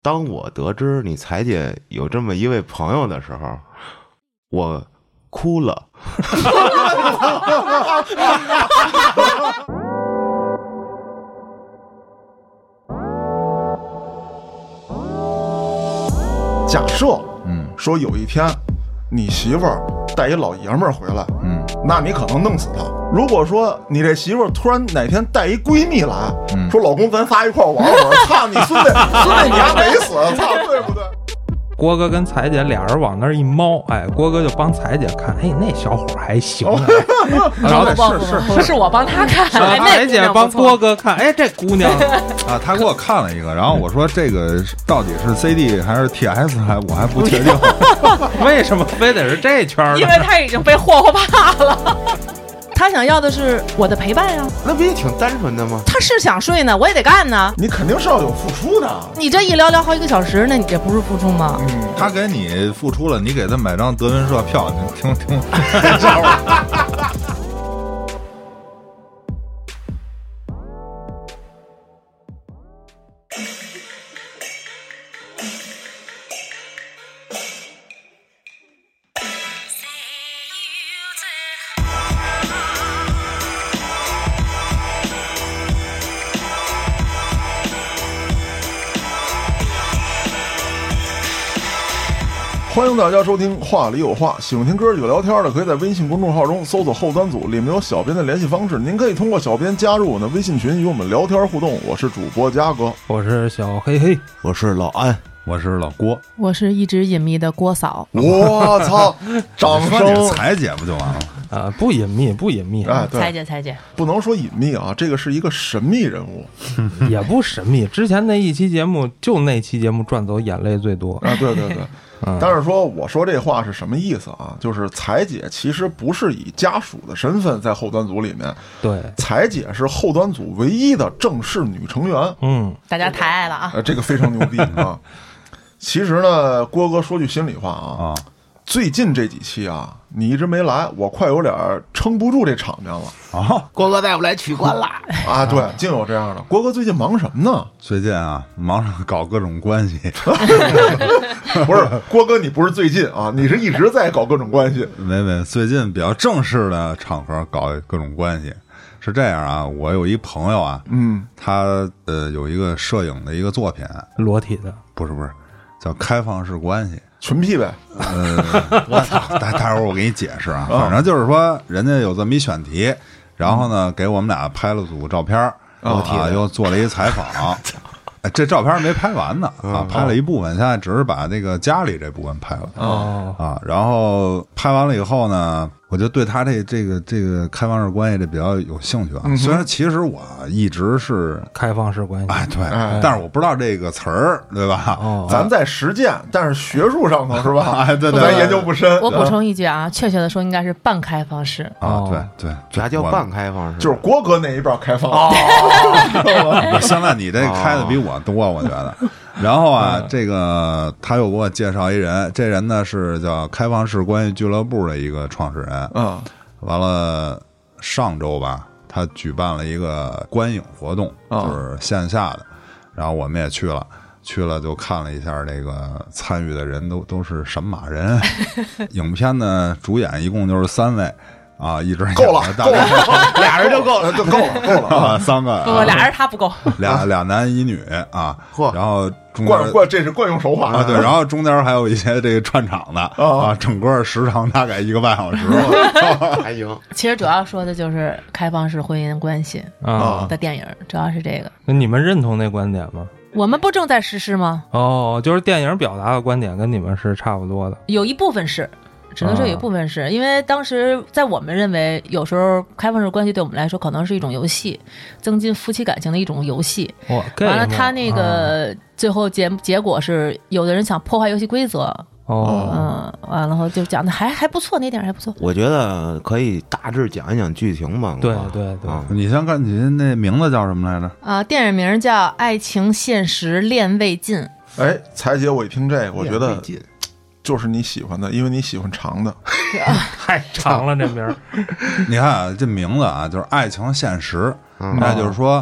当我得知你彩姐有这么一位朋友的时候，我哭了。 假设，说有一天，你媳妇儿带一老爷们儿回来，那你可能弄死他。如果说你这媳妇儿突然哪天带一闺蜜来，说老公咱仨一块玩会儿，操你孙子，你还没死，操，对不对？ 郭哥跟彩姐俩人往那儿一猫，哎，郭哥就帮彩姐看，哎，那小伙还行，然后是我帮他看， 彩姐帮郭哥看，哎，这姑娘啊，他给我看了一个，然后我说这个到底是 CD 还是 TS， 我还不确定， 为什么非得是这圈呢？ 因为他已经被霍霍怕了。他想要的是我的陪伴呀， 那不也挺单纯的吗？ 他是想睡呢，我也得干呢。 你肯定是要有付出的。 你这一聊好几个小时，那你这不是付出吗？ 他给你付出了，你给他买张德云社票，你听。 欢迎大家收听话里有话，喜欢听歌有聊天的可以在微信公众号中搜索后端组，里面有小编的联系方式，您可以通过小编加入我们的微信群与我们聊天互动。我是主播嘉哥， 我是小黑黑， 我是老安， 我是老郭， 我是一直隐秘的郭嫂。 我操，掌声！ 彩姐不就完了啊？不隐秘，不隐秘。 哎，对， 彩姐， 不能说隐秘啊，这个是一个神秘人物， 也不神秘。之前那一期节目，就那期节目赚走眼泪最多啊！对。但是说我说这话是什么意思啊？就是彩姐其实不是以家属的身份在后端组里面， 对， 彩姐是后端组唯一的正式女成员。 大家太爱了啊！ 这个非常牛逼啊！其实呢，郭哥说句心里话啊，最近这几期啊，你一直没来，我快有点撑不住这场面了啊！ 郭哥再不来取关了啊！对，净有这样的。郭哥最近忙什么呢？ 最近啊，忙着搞各种关系。 不是，郭哥，你不是最近啊，你是一直在搞各种关系。 没，最近比较正式的场合搞各种关系。是这样啊，我有一朋友啊，他有一个摄影的一个作品， 裸体的， 不是，叫开放式关系。 群批呗， 我操！待会儿我给你解释啊，反正就是说，人家有这么一选题，然后呢，给我们俩拍了组照片，又做了一采访。这照片没拍完呢啊，拍了一部分，现在只是把这个家里这部分拍了然后拍完了以后呢，我就对他这个开放式关系这比较有兴趣啊。虽然其实我一直是开放式关系， 哎对，但是我不知道这个词儿，对吧？ 咱在实践，但是学术上头是吧？ 哎对， 咱研究不深。 我补充一句啊，确切的说应该是半开放式啊，对， 啥叫半开放式？ 就是郭哥那一边开放。 现在你这开的比我多，我觉得。然后啊，这个他又给我介绍一人，这人呢是叫开放式关系俱乐部的一个创始人。完了上周吧，他举办了一个观影活动，就是线下的，然后我们也去了就看了一下这个参与的人都是神马人。影片呢主演一共就是3位。啊，一直够了， 俩人就够了， 够了啊，3个， 不，俩人他不够， 俩男一女啊，然后这是惯用手法啊，对，然后中间还有一些这个串场的啊，整个时长大概1个半小时， 还行。 其实主要说的就是开放式婚姻关系的电影，主要是这个。 那你们认同那观点吗？ 我们不正在实施吗？ 就是电影表达的观点跟你们是差不多的， 有一部分是。只能说有一部分是因为当时在我们认为，有时候开放式关系对我们来说可能是一种游戏，增进夫妻感情的一种游戏。完了，他那个最后结果是，有的人想破坏游戏规则。完了后就讲的还不错，那点还不错。 我觉得可以大致讲一讲剧情吧。 对， 你先看你那名字叫什么来着？ 啊，电影名叫《爱情现实恋未尽》。 哎，彩姐，我一听这个，我觉得。就是你喜欢的，因为你喜欢长的， 太长了这名儿。 你看啊，这名字啊，就是爱情现实，那就是说，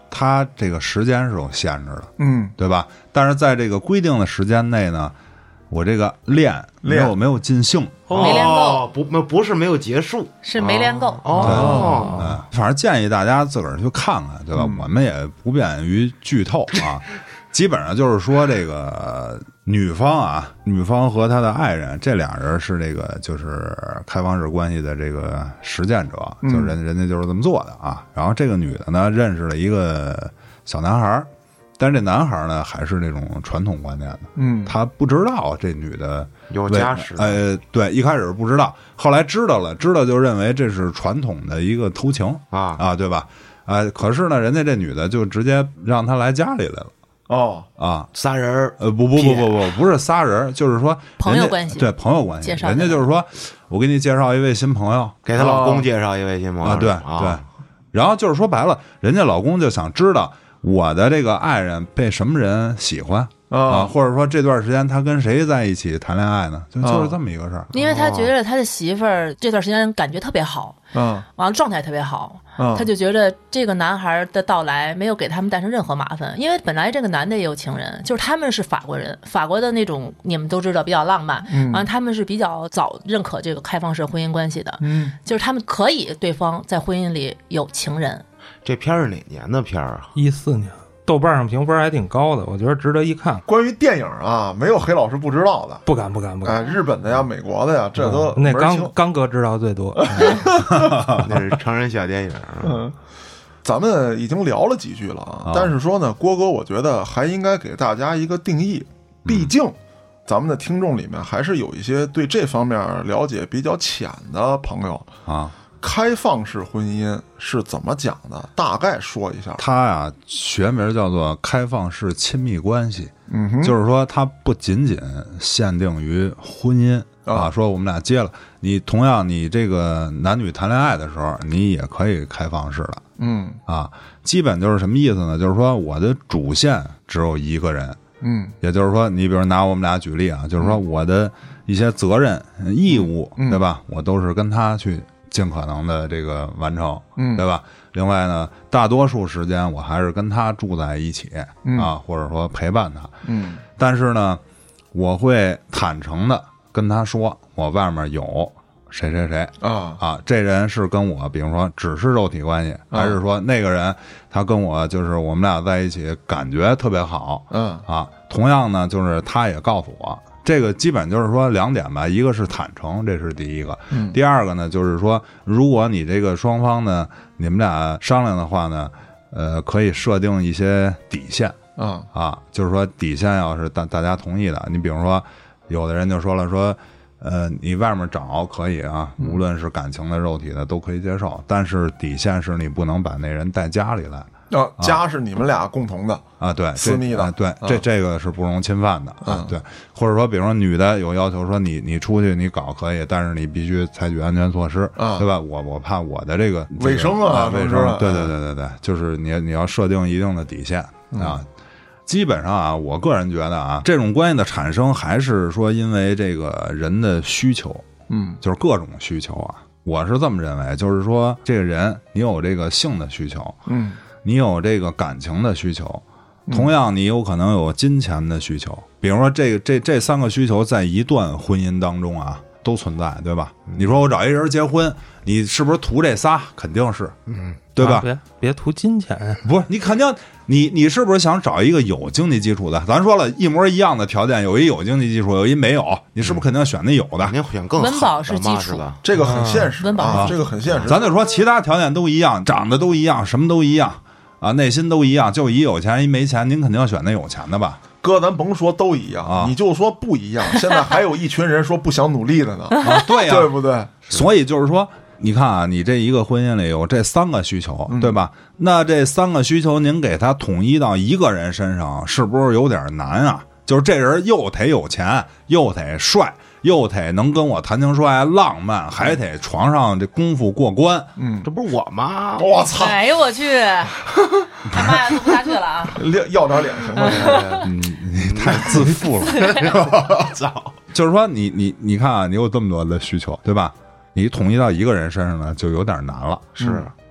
它这个时间是有限制的，对吧？但是在这个规定的时间内呢，我这个练没有尽兴， 没练够， 不是没有结束， 是没练够。 反正建议大家自个儿去看看，对吧？我们也不便于剧透啊。基本上就是说，这个女方和她的爱人这俩人是这个就是开放式关系的这个实践者，就是人家就是这么做的啊。然后这个女的呢，认识了一个小男孩，但是这男孩呢还是那种传统观念的，他不知道这女的有家室， 对，一开始不知道，后来知道就认为这是传统的一个偷情啊，对吧？可是呢，人家这女的就直接让他来家里来了。 仨人不是仨人，就是说朋友关系， 对，朋友关系。人家就是说我给你介绍一位新朋友， 给她老公介绍一位新朋友对。然后就是说白了，人家老公就想知道我的这个爱人被什么人喜欢或者说这段时间他跟谁在一起谈恋爱呢？就是这么一个事儿。 因为他觉得他的媳妇儿这段时间感觉特别好，完了状态特别好。他就觉得这个男孩的到来没有给他们带上任何麻烦，因为本来这个男的也有情人，就是他们是法国人，法国的那种你们都知道比较浪漫，完了他们是比较早认可这个开放式婚姻关系的，就是他们可以对方在婚姻里有情人。 这片儿是哪年的片儿啊 ？14年。豆瓣上评分还挺高的，我觉得值得一看。 关于电影啊，没有黑老师不知道的。 不敢。 日本的呀，美国的呀，这都那刚哥知道最多。 那是成人小电影。 咱们已经聊了几句了啊，但是说呢，郭哥，我觉得还应该给大家一个定义，毕竟咱们的听众里面还是有一些对这方面了解比较浅的朋友啊。开放式婚姻是怎么讲的？大概说一下。 它呀，学名叫做开放式亲密关系。就是说它不仅仅限定于婚姻说我们俩结了，你同样你这个男女谈恋爱的时候，你也可以开放式的。基本就是什么意思呢？就是说我的主线只有一个人。也就是说，你比如拿我们俩举例啊，就是说我的一些责任义务，对吧？我都是跟他去尽可能的这个完成，对吧？另外呢，大多数时间我还是跟他住在一起或者说陪伴他。但是呢，我会坦诚的跟他说，我外面有谁这人是跟我，比如说只是肉体关系，还是说那个人他跟我就是我们俩在一起感觉特别好，同样呢，就是他也告诉我。这个基本就是说两点吧，一个是坦诚，这是第一个。第二个呢，就是说，如果你这个双方呢，你们俩商量的话呢，可以设定一些底线就是说底线要是大家同意的。你比如说，有的人就说了说，你外面找可以无论是感情的、肉体的都可以接受，但是底线是你不能把那人带家里来。 家是你们俩共同的对， 私密的， 对，这个是不容侵犯的对。或者说，比如说女的有要求说你出去你搞可以，但是你必须采取安全措施对吧？我怕我的这个卫生卫生，对，就是你要设定一定的底线基本上我个人觉得这种关系的产生还是说因为这个人的需求，就是各种需求我是这么认为，就是说这个人你有这个性的需求，你有这个感情的需求，同样你有可能有金钱的需求。比如说这三个需求在一段婚姻当中都存在，对吧？你说我找一人结婚，你是不是图这仨？肯定是，对吧？ 别图金钱， 不是你肯定你是不是想找一个有经济基础的？咱说了一模一样的条件，有一有经济基础，有一没有，你是不是肯定选那有的？ 肯定选更好的。 温饱是基础， 这个很现实， 温饱这个很现实。 咱就说其他条件都一样，长得都一样，什么都一样内心都一样，就一有钱一没钱，您肯定要选那有钱的吧？ 哥，咱甭说都一样你就说不一样。现在还有一群人说不想努力的呢对呀， 对不对？ 所以就是说，你看你这一个婚姻里有这三个需求，对吧？那这三个需求您给他统一到一个人身上，是不是有点难就是这人又得有钱，又得帅，又得能跟我谈情说爱浪漫，还得床上这功夫过关。 这不是我吗？ 我操！ 哎呦我去，他妈呀，录不下去了要点脸行吗？ 你太自负了， 操！ 就是说你看你有这么多的需求，对吧？你统一到一个人身上呢，就有点难了。 是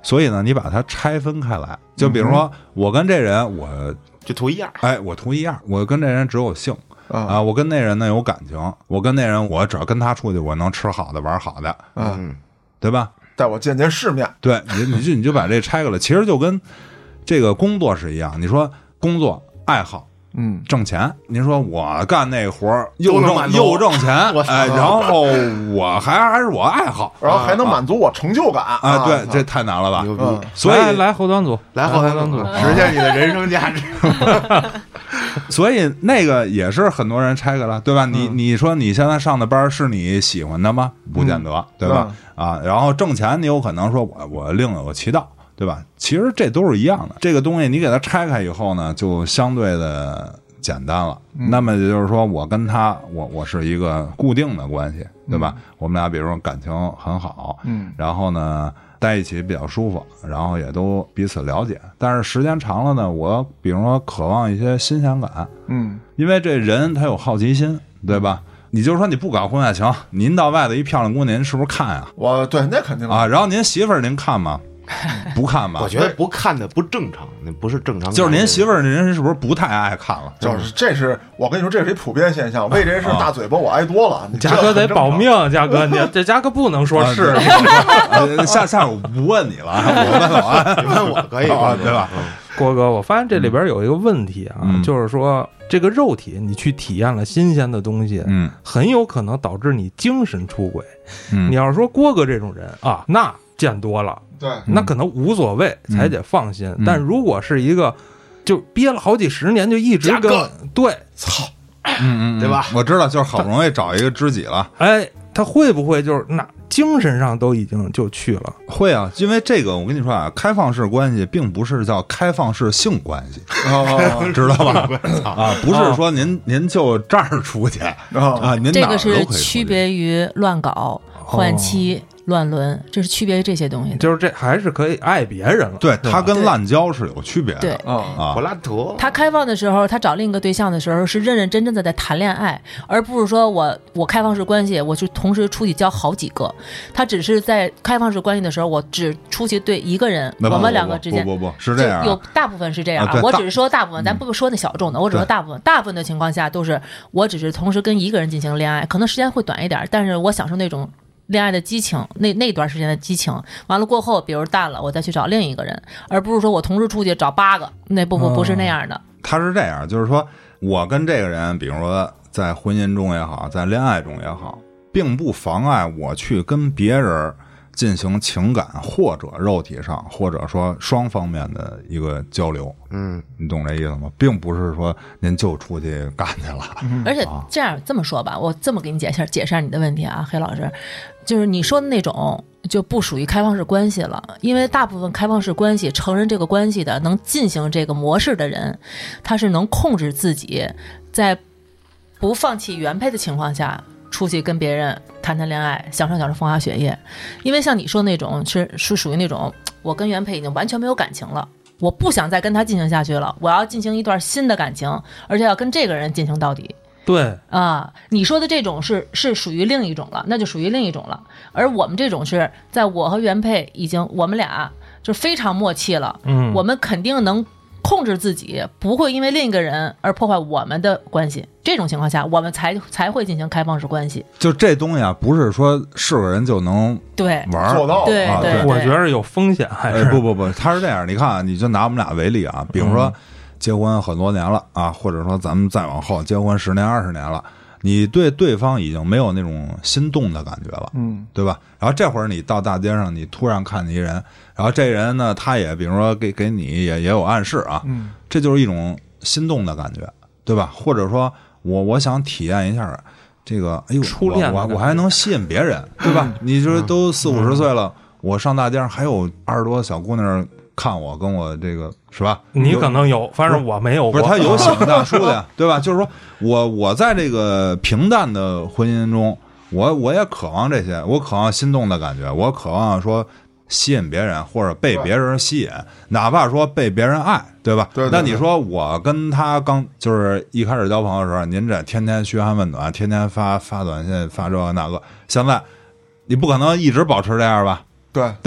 所以呢，你把它拆分开来，就比如说我跟这人，我就图一样， 哎，我图一样，我跟这人只有性啊，我跟那人呢有感情，我跟那人我只要跟他出去，我能吃好的玩好的，对吧？ 带我见见世面。 对，你就把这拆开了，其实就跟这个工作是一样。你说工作爱好，挣钱，您说我干那活又挣钱，哎，然后我还是我爱好， 然后还能满足我成就感啊！对，这太难了吧？ 牛逼！ 所以来后端组， 来后端组，实现你的人生价值。 所以那个也是很多人拆开了，对吧？你说你现在上的班是你喜欢的吗？不见得，对吧？啊，然后挣钱你有可能说我另有其道，对吧？其实这都是一样的。这个东西你给它拆开以后呢，就相对的简单了。那么也就是说，我跟他，我是一个固定的关系，对吧？我们俩比如说感情很好，然后呢在一起比较舒服，然后也都彼此了解。但是时间长了呢，我比如说渴望一些新鲜感，因为这人他有好奇心，对吧？你就说你不搞婚外情，您到外头一漂亮姑娘，您是不是看呀？ 对，那肯定啊。然后您媳妇儿您看吗？不看吧？ 我觉得不看的不正常，那不是正常。 就是您媳妇儿人是不是不太爱看了？ 就是这是我跟你说，这是一普遍现象。为这事大嘴巴我挨多了， 嘉哥得保命，嘉哥你这嘉哥不能说是。 下我不问你了，我问老安， 你问我可以对吧？ 郭哥，我发现这里边有一个问题啊，就是说这个肉体你去体验了新鲜的东西，很有可能导致你精神出轨。你要是说郭哥这种人啊，那见多了， 对， 那可能无所谓，才得放心。但如果是一个就憋了好几十年，就一直跟对， 操， 对吧？我知道，就是好不容易找一个知己了， 哎，他会不会就是那精神上都已经就去了？ 会啊，因为这个我跟你说啊，开放式关系并不是叫开放式性关系，知道吧？啊，不是说您就这儿出去啊，您这个是区别于乱搞、换妻。乱伦，这是区别于这些东西的， 就是这还是可以爱别人了。 对，他跟滥交是有区别的。 对啊， 柏拉图， 他开放的时候，他找另一个对象的时候，是认认真真的在谈恋爱，而不是说我开放式关系，我就同时出去交好几个。他只是在开放式关系的时候，我只出去对一个人，我们两个之间不是这样， 有大部分是这样。我只是说大部分，咱不说那小众的，我只说大部分。大部分的情况下都是我只是同时跟一个人进行恋爱，可能时间会短一点，但是我享受那种恋爱的激情，那段时间的激情，完了过后，比如淡了，我再去找另一个人，而不是说我同时出去找8个，那不是那样的。 他是这样，就是说我跟这个人，比如说在婚姻中也好，在恋爱中也好，并不妨碍我去跟别人进行情感或者肉体上，或者说双方面的一个交流。你懂这意思吗？并不是说您就出去干去了。 而且这么说吧，我这么给你解释你的问题啊，黑老师，就是你说的那种就不属于开放式关系了，因为大部分开放式关系承认这个关系的，能进行这个模式的人，他是能控制自己在不放弃原配的情况下出去跟别人谈恋爱，享受风花雪月。因为像你说那种是属于那种我跟原配已经完全没有感情了，我不想再跟他进行下去了，我要进行一段新的感情，而且要跟这个人进行到底。 对啊，你说的这种是属于另一种了，那就属于另一种了。而我们这种是在我和原配已经我们俩就非常默契了，我们肯定能控制自己，不会因为另一个人而破坏我们的关系。这种情况下，我们才会进行开放式关系。 就这东西啊，不是说是个人就能玩做到。 对， 我觉得有风险，还是不，他是这样。你看啊，你就拿我们俩为例啊，比如说结婚很多年了啊，或者说咱们再往后结婚10年20年了，你对对方已经没有那种心动的感觉了，对吧？然后这会儿你到大街上，你突然看见一人，然后这人呢，他也比如说给你也有暗示啊，这就是一种心动的感觉，对吧？或者说我想体验一下这个，哎呦， 初恋我还能吸引别人，对吧？你说都40、50岁了，我上大街上还有20多小姑娘看我，跟我这个是吧？ 你可能有，反正我没有过。 不是他有喜欢大叔的呀，对吧？就是说我在这个平淡的婚姻中，我也渴望这些，我渴望心动的感觉，我渴望说吸引别人或者被别人吸引，哪怕说被别人爱，对吧？ 对。 那你说我跟他刚就是一开始交朋友的时候，您这天天嘘寒问暖，天天发短信，发这个那个，现在你不可能一直保持这样吧？ 对吧？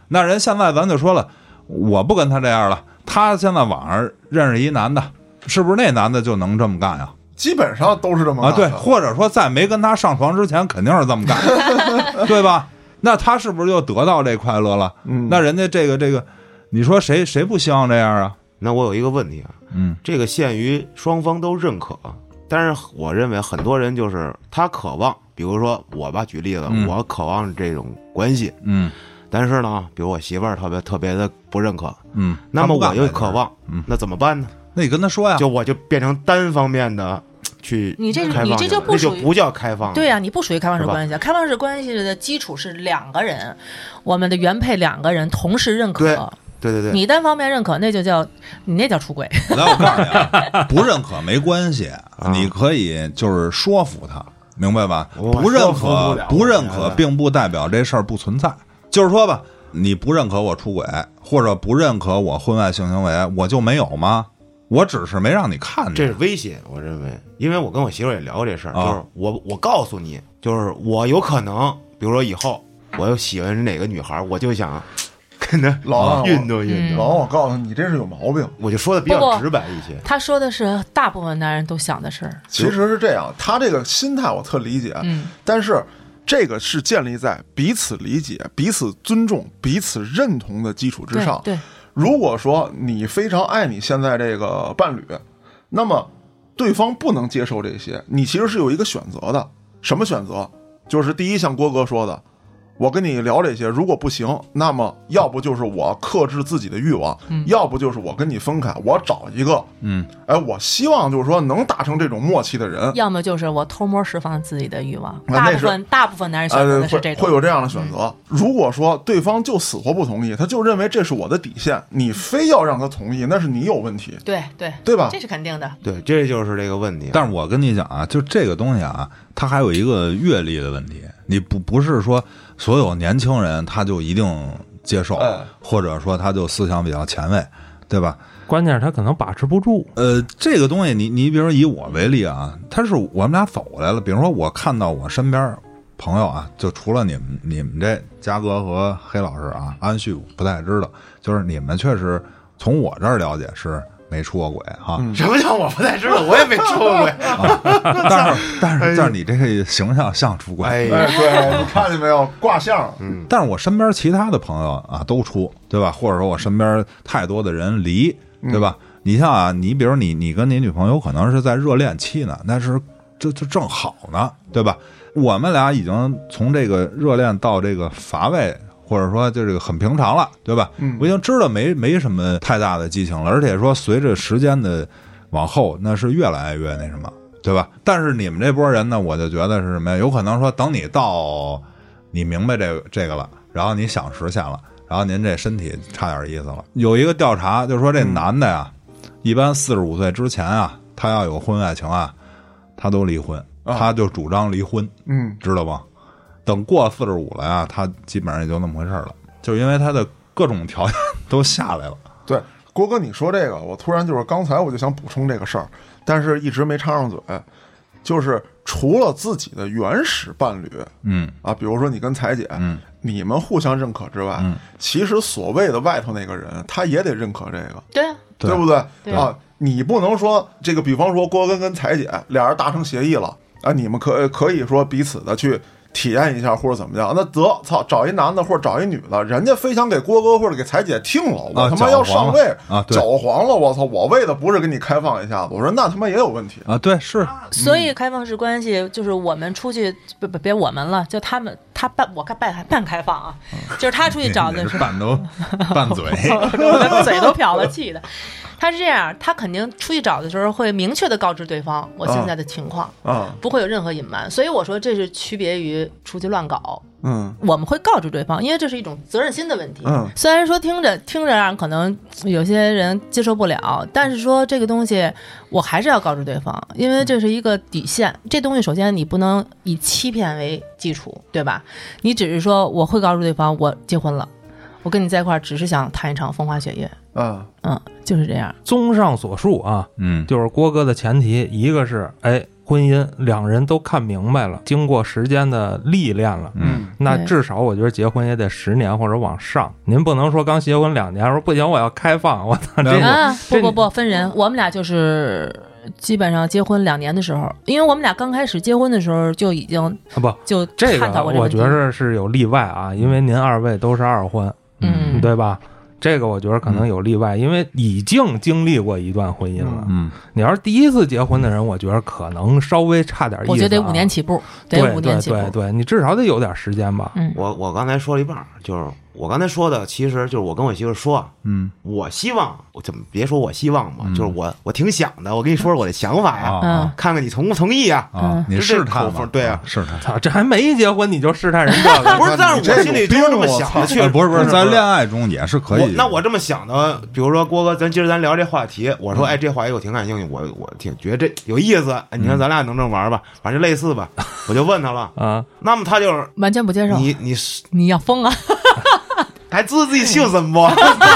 那人现在咱就说了，我不跟他这样了，他现在网上认识一男的，是不是那男的就能这么干呀？ 基本上都是这么干啊，对，或者说在没跟他上床之前肯定是这么干，对吧？那他是不是就得到这快乐了？那人家这个，你说谁不希望这样啊？ 那我有一个问题啊，这个限于双方都认可，但是我认为很多人就是他渴望，比如说我吧，举例子，我渴望这种关系，但是呢，比如我媳妇儿特别的不认可，那么我又渴望，那怎么办呢？ 那你跟他说呀， 我就变成单方面的去你这就不叫开放， 对呀，你不属于开放式关系。开放式关系的基础是两个人，我们的原配两个人同时认可。 对， 你单方面认可，那叫出轨。 来，我告诉你啊，不认可没关系，你可以就是说服他，明白吧？不认可，并不代表这事儿不存在。就是说吧，你不认可我出轨，或者不认可我婚外性行为，我就没有吗？我只是没让你看见， 这是威胁。我认为，因为我跟我媳妇也聊过这事儿，就是我告诉你，就是我有可能，比如说以后我又喜欢哪个女孩，我就想跟她运动运动。 老王，我告诉你，这是有毛病。 我就说的比较直白一些。 他说的是大部分男人都想的事儿。 其实是这样，他这个心态我特理解，但是这个是建立在彼此理解、彼此尊重、彼此认同的基础之上。 对。 如果说你非常爱你现在这个伴侣，那么对方不能接受这些，你其实是有一个选择的。什么选择？就是第一，像郭哥说的，我跟你聊这些，如果不行，那么要不就是我克制自己的欲望，要不就是我跟你分开，我找一个，我希望就是说能达成这种默契的人， 要么就是我偷摸释放自己的欲望。大部分男人选择的是这种， 会有这样的选择。如果说对方就死活不同意，他就认为这是我的底线，你非要让他同意，那是你有问题， 对吧？ 这是肯定的， 对，这就是这个问题。 但是我跟你讲啊，就这个东西啊，它还有一个阅历的问题，你不是说所有年轻人他就一定接受，或者说他就思想比较前卫，对吧？ 关键是他可能把持不住。 这个东西你比如说以我为例啊，他是我们俩走过来了，比如说我看到我身边朋友啊，就除了你们这嘉哥和黑老师啊，安旭不太知道，就是你们确实从我这儿了解是没出过轨哈。 什么叫我不太知道？我也没出过轨。 但是你这个形象像出轨。 对，你看见没有？卦象。 但是我身边其他的朋友啊都出，对吧？或者说我身边太多的人离，对吧？你像啊，你比如你跟你女朋友可能是在热恋期呢，那是就正好呢，对吧？我们俩已经从这个热恋到这个乏味，或者说就这个很平常了，对吧？我已经知道没什么太大的激情了，而且说随着时间的往后，那是越来越那什么，对吧？但是你们这波人呢，我就觉得是什么呀？有可能说等你到你明白这个了，然后你想实现了，然后您这身体差点意思了。有一个调查就是说，这男的呀，一般45岁之前啊，他要有婚外情啊，他都离婚。他就主张离婚，知道吧？等过45了呀，他基本上也就那么回事了，就是因为他的各种条件都下来了。 对，郭哥，你说这个，我突然就是刚才我就想补充这个事儿，但是一直没插上嘴，就是除了自己的原始伴侣，比如说你跟彩姐，你们互相认可之外，其实所谓的外头那个人，他也得认可这个，对不对？啊，你不能说这个，比方说郭哥跟彩姐俩人达成协议了。你们可以说彼此的去体验一下或者怎么样，那找一男的或者找一女的，人家非想给郭哥或者给彩姐听了，我他妈要上位搅黄了，我操！我为的不是给你开放一下子，我说那他妈也有问题啊！对，是。 所以开放式关系就是我们出去别我们了，就他半开放啊，就是他出去找的是半嘴， 我的嘴都瓢了，气的。他是这样，他肯定出去找的时候会明确的告知对方我现在的情况，不会有任何隐瞒。所以我说这是区别于出去乱搞。我们会告知对方，因为这是一种责任心的问题。虽然说听着让可能有些人接受不了，但是说这个东西我还是要告知对方，因为这是一个底线。这东西首先你不能以欺骗为基础，对吧？你只是说我会告诉对方我结婚了，我跟你在一块儿只是想谈一场风花雪月， 就是这样。 综上所述啊，就是郭哥的前提，一个是婚姻两人都看明白了，经过时间的历练了，那至少我觉得结婚也得10年或者往上。您不能说刚结婚2年说不行我要开放，我操不分人，我们俩就是基本上结婚2年的时候，因为我们俩刚开始结婚的时候就已经就探讨过这个问题。 我觉得是有例外啊，因为您2位都是2婚，对吧？这个我觉得可能有例外，因为已经经历过一段婚姻了。你要是第一次结婚的人，我觉得可能稍微差点意思。 我觉得得5年起步，得5年起步。 对，你至少得有点时间吧。 我刚才说了一半，就是我刚才说的，其实就是我跟我媳妇说，我希望，我怎么别说我希望嘛，就是我挺想的，我跟你说说我的想法呀，看看你同不同意呀？ 你试探吗？ 对啊， 试探。 操，这还没结婚你就试探人这个？ 不是，但是我心里就是这么想的，确实不是，在恋爱中也是可以。 那我这么想的，比如说郭哥，今儿咱聊这话题，我说这话题我挺感兴趣，我挺觉得这有意思，你看咱俩能这么玩吧，反正就类似吧，我就问他了那么他就是完全不接受，你要疯啊！ 还知道自己姓什么？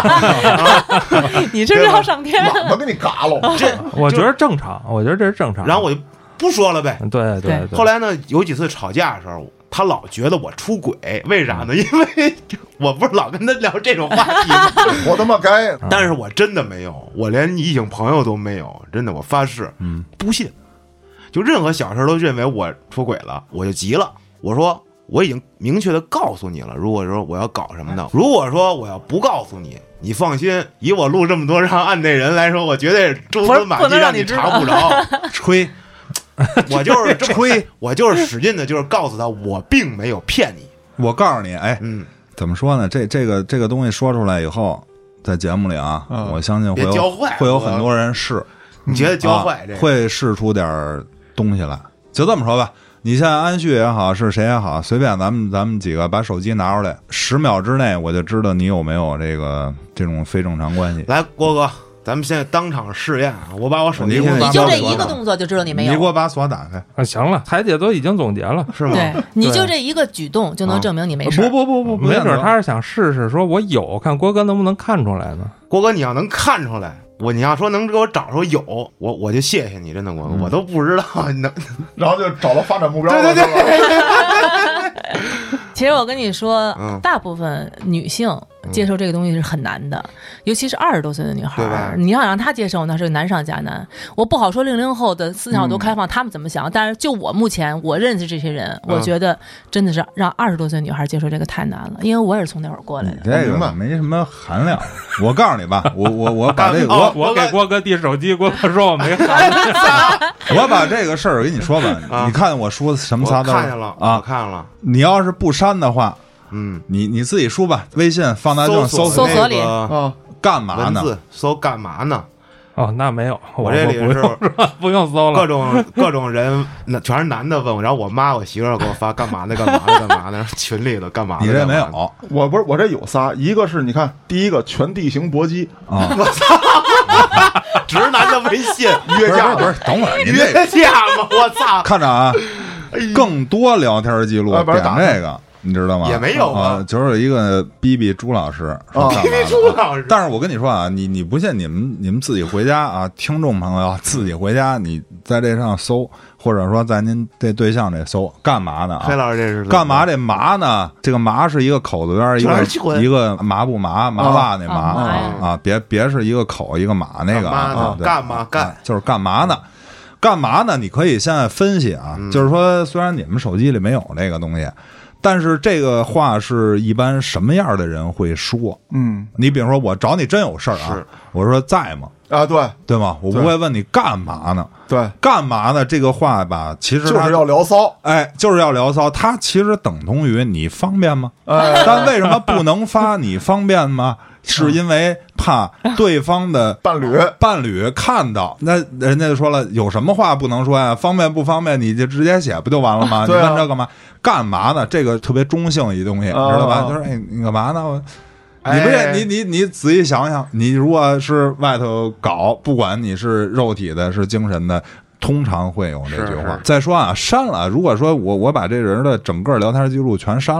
你这是要上天？ 我给你嘎了， 这我觉得正常，我觉得这是正常。 然后我就不说了呗。 对。 后来呢，有几次吵架的时候，他老觉得我出轨，为啥呢？因为我不是老跟他聊这种话题吗？ 我他妈该！ 但是我真的没有，我连异性朋友都没有，真的，我发誓，不信。就任何小事都认为我出轨了，我就急了。我说我已经明确的告诉你了，如果说我要搞什么的，如果说我要不告诉你，你放心，以我录这么多让案内人来说，我绝对蛛丝马迹让你查不着。 吹， 我就是吹，我就是使劲的，就是告诉他我并没有骗你。 我告诉你，怎么说呢？这个东西说出来以后，在节目里啊，我相信会有很多人试。 你觉得教坏这会试出点东西来？就这么说吧。你现在安旭也好，是谁也好，随便咱们几个把手机拿出来，10秒之内我就知道你有没有这种非正常关系。 来，郭哥，咱们现在当场试验，我把我手机， 你就这一个动作就知道你没有。 你给我把锁打开。 行了，台姐都已经总结了，是吗？ 对，你就这一个举动就能证明你没事。 不，没准他是想试试，说我有，看郭哥能不能看出来呢？ 郭哥，你要能看出来。你要说能给我找出有，我就谢谢你，真的，我都不知道能， 然后就找到发展目标了。 对。 其实我跟你说，大部分女性接受这个东西是很难的，尤其是20多岁的女孩，你要让她接受，那是难上加难。我不好说00后的思想多开放，他们怎么想，但是就我目前我认识这些人，我觉得真的是让20多岁女孩接受这个太难了，因为我也是从那会儿过来的。 这个没什么含量。我告诉你吧，我把这个我给郭哥递手机，郭哥说我没含量。 我把这个事儿跟你说吧，你看我说什么仨字？ 看见了啊，看了。 你要是不删的话，你自己输吧，微信放大镜搜索里干嘛呢？ 搜干嘛呢？ 哦，那没有， 我这里是不用搜了， 各种人，那全是男的问我，然后我妈我媳妇儿给我发干嘛呢？干嘛呢？干嘛呢？群里的干嘛呢？ 你这没有， 我这有仨，一个是你看，第一个全地形搏击啊，我操，直男的微信约架不是？等会儿约架吗？我操！ 看着啊，更多聊天记录点这个。你知道吗？ 也没有啊，就是有一个BB朱老师 ，BB朱老师。 但是我跟你说啊，你不信，你们自己回家啊，听众朋友自己回家，你在这上搜，或者说在您这对象这搜，干嘛呢？ 黑老师这是干嘛？这麻呢？这个麻是一个口字边一个麻不麻麻那麻啊，别是一个口一个马那个啊， 干嘛干？ 就是干嘛呢？干嘛呢？你可以现在分析啊，就是说，虽然你们手机里没有这个东西。但是这个话是一般什么样的人会说？你比如说我找你真有事儿啊，我说在吗？ 啊，对吗？我不会问你干嘛呢？ 对， 干嘛呢？这个话吧，其实就是要聊骚， 就是要聊骚。它其实等同于你方便吗？但为什么不能发你方便吗？是因为怕对方的伴侣看到，那人家就说了，有什么话不能说呀？方便不方便，你就直接写不就完了吗？你问这干嘛？干嘛呢？这个特别中性一东西，知道吧？就是你干嘛呢？你不是你仔细想想，你如果是外头搞，不管你是肉体的，是精神的。通常会有这句话。再说啊，删了。如果说我把这人的整个聊天记录全删了，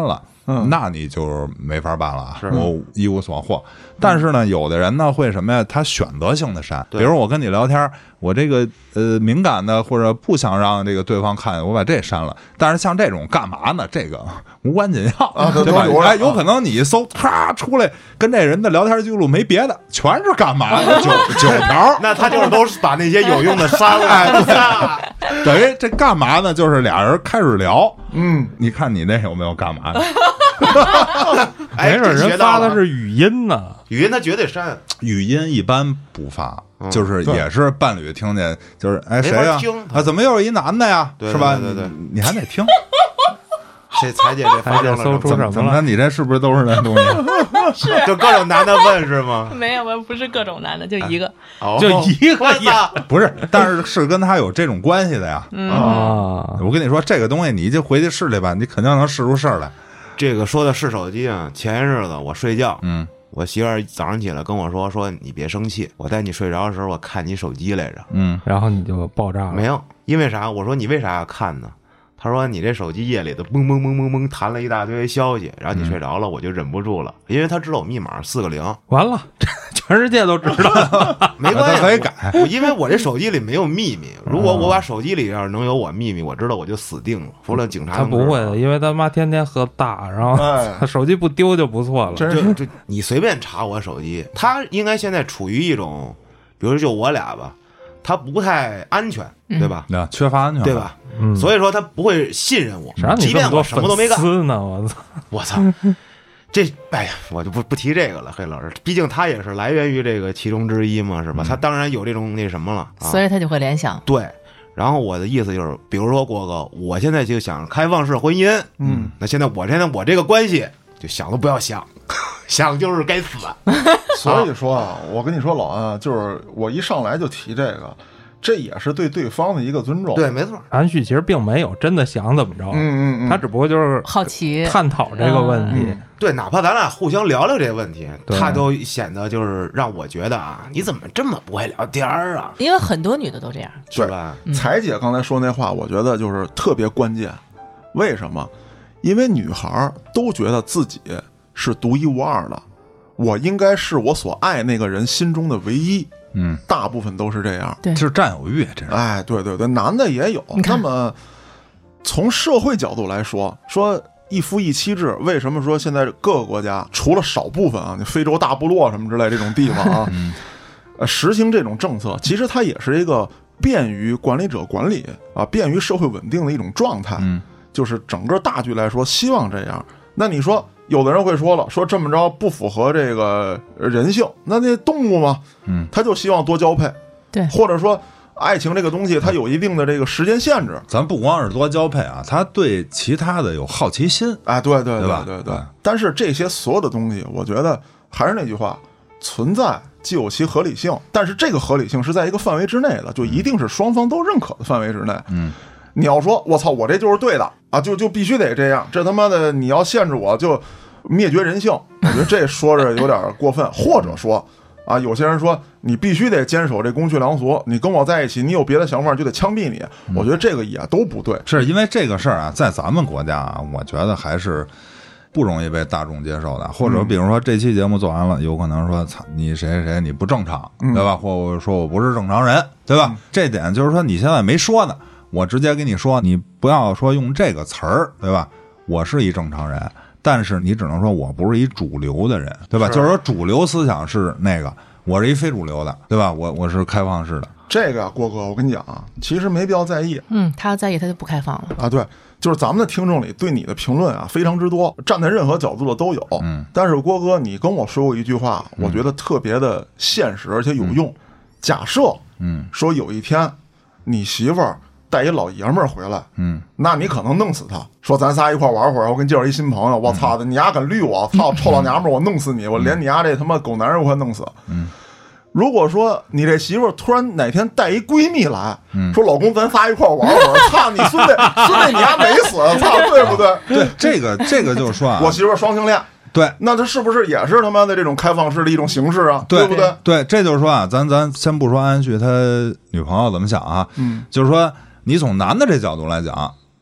那你就没法办了，我一无所获。但是呢，有的人呢会什么呀？他选择性的删，比如我跟你聊天，我这个敏感的或者不想让这个对方看，我把这删了。但是像这种干嘛呢？这个无关紧要，对吧？哎，有可能你一搜，咔出来跟这人的聊天记录没别的，全是干嘛9条， 那他就是都是把那些有用的删了。 等于这干嘛呢？就是俩人开始聊，你看你那有没有干嘛的？ 没准人发的是语音呢， 语音他绝对删， 语音一般不发，就是也是伴侣听见，就是哎谁呀？啊，怎么又是一男的呀？是吧？ 对， 你还得听。 这彩姐这发生了搜出什么了？ 怎么？你这是不是都是那东西？ 是， 就各种男的问是吗？ 没有，我不是各种男的，就一个， 就一个呀， 不是，但是跟他有这种关系的呀。我跟你说，这个东西你就回去试去吧，你肯定能试出事儿来。 这个说的是手机啊，前些日子我睡觉，我媳妇儿早上起来跟我说你别生气，我在你睡着的时候我看你手机来着， 然后你就爆炸了。 没有，因为啥？我说你为啥要看呢？他说你这手机夜里头嘣嘣嘣嘣嘣弹了一大堆消息，然后你睡着了，我就忍不住了，因为他知道我密码4个0， 完了，全世界都知道了， 没关系， 可以改。 因为我这手机里没有秘密，如果我把手机里要是能有我秘密，我知道我就死定了，除了警察。 他不会的，因为他妈天天喝大，然后他手机不丢就不错了。 就你随便查我手机，他应该现在处于一种，比如就我俩吧。他不太安全，对吧？ 缺乏安全， 对吧？所以说他不会信任我，即便我什么都没干呢。 我操！这哎呀，我就不提这个了，黑老师，毕竟他也是来源于这个其中之一嘛，是吧？他当然有这种那什么了， 所以他就会联想。 对，然后我的意思就是，比如说郭哥，我现在就想开放式婚姻，那现在我这个关系就想都不要想。想就是该死。 所以说啊，我跟你说，老安，就是我一上来就提这个，这也是对对方的一个尊重。 对，没错。 安旭其实并没有真的想怎么着，他只不过就是好奇探讨这个问题。 对，哪怕咱俩互相聊聊这个问题，他都显得就是让我觉得啊，你怎么这么不会聊天啊？ 因为很多女的都这样， 是吧？ 彩姐刚才说那话，我觉得就是特别关键。为什么？因为女孩都觉得自己是独一无二的，我应该是我所爱那个人心中的唯一。大部分都是这样， 对，就是占有欲，这是。 哎，对对对，男的也有。那么从社会角度来说一夫一妻制，为什么说现在各个国家除了少部分啊，你非洲大部落什么之类这种地方啊，实行这种政策，其实它也是一个便于管理者管理啊，便于社会稳定的一种状态。就是整个大局来说，希望这样。那你说，有的人会说了，说这么着不符合这个人性，那动物嘛，他就希望多交配， 对， 或者说爱情这个东西，它有一定的这个时间限制。 咱不光是多交配啊，他对其他的有好奇心， 哎，对对对吧？ 对对。但是这些所有的东西，我觉得还是那句话，存在既有其合理性，但是这个合理性是在一个范围之内的，就一定是双方都认可的范围之内。你要说我操，我这就是对的啊，就必须得这样，这他妈的你要限制我就灭绝人性，我觉得这说着有点过分。或者说啊，有些人说你必须得坚守这公序良俗，你跟我在一起，你有别的想法就得枪毙你。我觉得这个也都不对。 是因为这个事儿啊，在咱们国家啊，我觉得还是不容易被大众接受的。或者比如说这期节目做完了，有可能说操你谁谁谁你不正常，对吧？或者说我不是正常人，对吧？这点就是说你现在没说呢，我直接跟你说，你不要说用这个词儿，对吧？我是一正常人，但是你只能说我不是一主流的人，对吧？就是说主流思想是那个，我是一非主流的，对吧？我是开放式的。 这个郭哥，我跟你讲啊，其实没必要在意。 他要在意，他就不开放了啊。对，就是咱们的听众里对你的评论啊非常之多，站在任何角度的都有。但是郭哥，你跟我说过一句话，我觉得特别的现实而且有用。假设，说有一天你媳妇儿带一老爷们儿回来，那你可能弄死他，说咱仨一块玩会儿，我给你介绍一新朋友，我操的，你丫敢绿我，操臭老娘们儿，我弄死你，我连你丫这他妈狗男人我快弄死。如果说你这媳妇儿突然哪天带一闺蜜来，说老公咱仨一块玩会儿，操你孙子，你丫没死，操，对不对？ 对，这个就是说啊， 我媳妇儿双性恋。 对， 那他是不是也是他妈的这种开放式的一种形式啊？对不对？ 对，这就是说啊，咱先不说安旭他女朋友怎么想啊，就是说你从男的这角度来讲，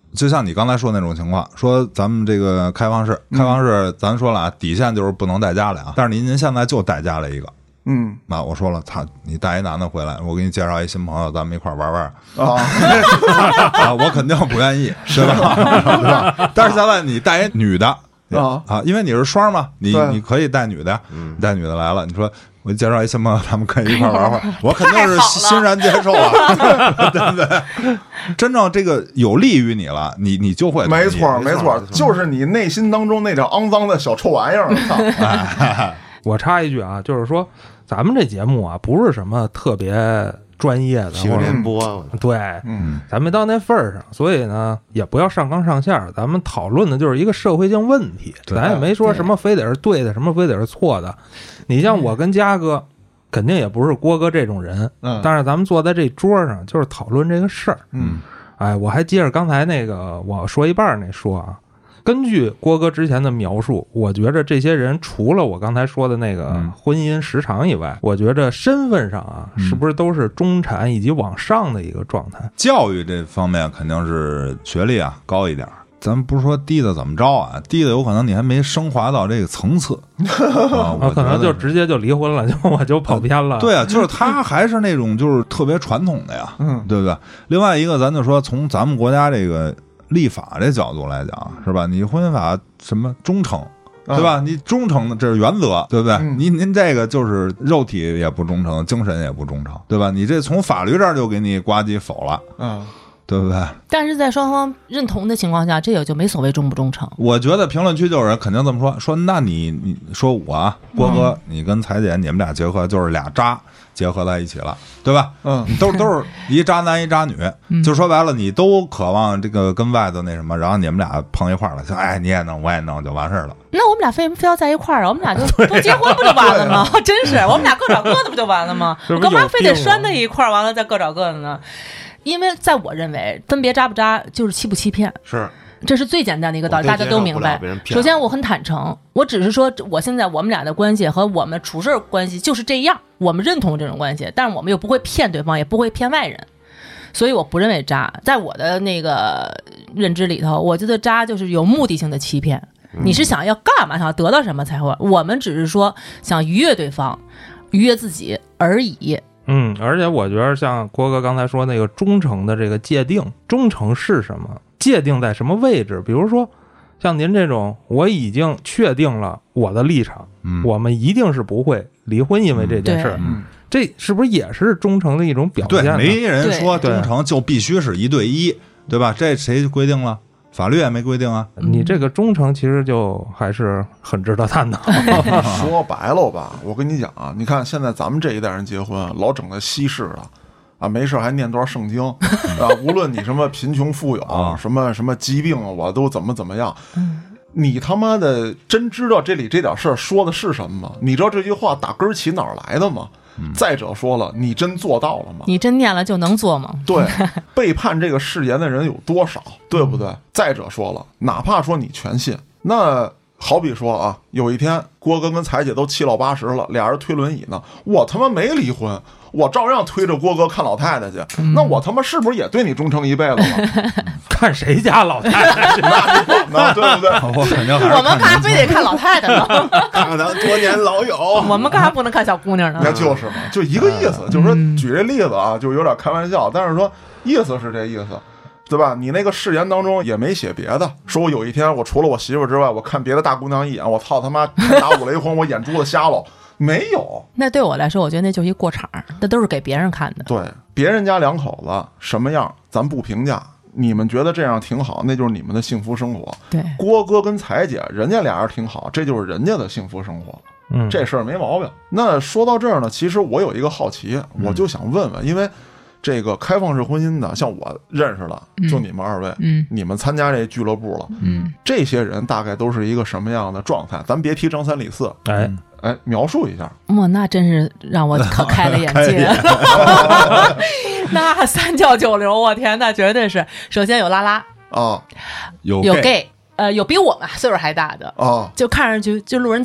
就像你刚才说那种情况，说咱们这个开放式，咱说了啊，底线就是不能带家来啊。但是您现在就带家来一个，那我说了，你带一男的回来，我给你介绍一新朋友，咱们一块玩玩啊，我肯定不愿意，对吧？但是现在你带一女的因为你是双嘛，你可以带女的，带女的来了，你说。我介绍一新朋友，咱们可以一块玩玩，我肯定是欣然接受啊，对不对？真正这个有利于你了，你就会没错，就是你内心当中那种肮脏的小臭玩意儿。 我插一句啊，就是说咱们这节目啊，不是什么特别专业的新闻联播， 对，咱没到那份儿上，所以呢，也不要上纲上线，咱们讨论的就是一个社会性问题，咱也没说什么非得是对的，什么非得是错的。你像我跟嘉哥，肯定也不是郭哥这种人，但是咱们坐在这桌上就是讨论这个事儿，我还接着刚才那个我说一半那说啊。根据郭哥之前的描述，我觉着这些人除了我刚才说的那个婚姻时长以外，我觉着身份上啊，是不是都是中产以及往上的一个状态？ 教育这方面肯定是学历啊高一点，咱们不是说低的怎么着啊，低的有可能你还没升华到这个层次我可能就直接就离婚了，我就跑偏了。 对啊，就是他还是那种就是特别传统的呀，对不对？另外一个，咱就说从咱们国家这个立法这角度来讲，是吧？你婚姻法什么忠诚，对吧？你忠诚的这是原则，对不对？您这个就是肉体也不忠诚，精神也不忠诚，对吧？你这从法律这儿就给你呱唧否了，对不对？ 但是在双方认同的情况下，这也就没所谓忠不忠诚。 我觉得评论区就有人肯定这么说，那你说我郭哥，你跟彩姐你们俩结合就是俩渣结合在一起了，对吧？都是一渣男一渣女，就说白了，你都渴望这个跟外头那什么，然后你们俩碰一块了，就你也弄我也弄就完事儿了。 那我们俩非要在一块儿啊？我们俩就都结婚不就完了吗？真是，我们俩各找各的不就完了吗？我干嘛非得拴在一块儿，完了再各找各的呢？因为在我认为，分别渣不渣就是欺不欺骗，这是最简单的一个道理，大家都明白。首先，我很坦诚，我只是说，我现在我们俩的关系和我们处事关系就是这样，我们认同这种关系，但是我们又不会骗对方，也不会骗外人，所以我不认为渣。在我的那个认知里头，我觉得渣就是有目的性的欺骗。你是想要干嘛？想要得到什么才会？我们只是说想愉悦对方，愉悦自己而已。 而且我觉得像郭哥刚才说那个忠诚的这个界定，忠诚是什么？界定在什么位置？比如说像您这种，我已经确定了我的立场，我们一定是不会离婚，因为这件事，这是不是也是忠诚的一种表现呢？ 对，没人说忠诚就必须是1对1，对吧？这谁规定了？法律也没规定啊。 你这个忠诚其实就还是很值得探讨。 说白了吧，我跟你讲啊，你看现在咱们这一代人结婚，老整个西式的啊，没事还念段圣经啊，无论你什么贫穷富有，什么疾病，我都怎么样。你他妈的真知道这里这点事儿说的是什么吗？你知道这句话打根儿起哪儿来的吗？再者说了，你真做到了吗？ 你真念了就能做吗？ 对，背叛这个誓言的人有多少，对不对？再者说了，哪怕说你全信，那好比说啊，有一天郭哥跟彩姐都7老80了，俩人推轮椅呢，我他妈没离婚，我照样推着郭哥看老太太去，那我他妈是不是也对你忠诚一辈子了？ 看谁家老太太那你管呢，对不对？ 我肯定还是我们干啥非得看老太太呢？ 看看咱多年老友， 我们干啥不能看小姑娘呢？ 那就是嘛，就一个意思，就是说举这例子啊，就有点开玩笑，但是说意思是这意思。对吧？你那个誓言当中也没写别的，说我有一天我除了我媳妇之外，我看别的大姑娘一眼，我操他妈打5雷轰，我眼珠子瞎了，没有。 那对我来说，我觉得那就是一过场，那都是给别人看的。 对，别人家2口子什么样，咱不评价。你们觉得这样挺好，那就是你们的幸福生活。 对， 郭哥跟彩姐，人家俩人挺好，这就是人家的幸福生活。这事儿没毛病。那说到这儿呢，其实我有一个好奇，我就想问问，因为这个开放式婚姻的，像我认识的，就你们2位，你们参加这俱乐部了，这些人大概都是一个什么样的状态？咱别提张3李4，描述一下。 那真是让我可开了眼界。那3教9流，我天，那绝对是。首先有拉拉啊， 有 gay，有比我们岁数还大的就看上去就路人甲。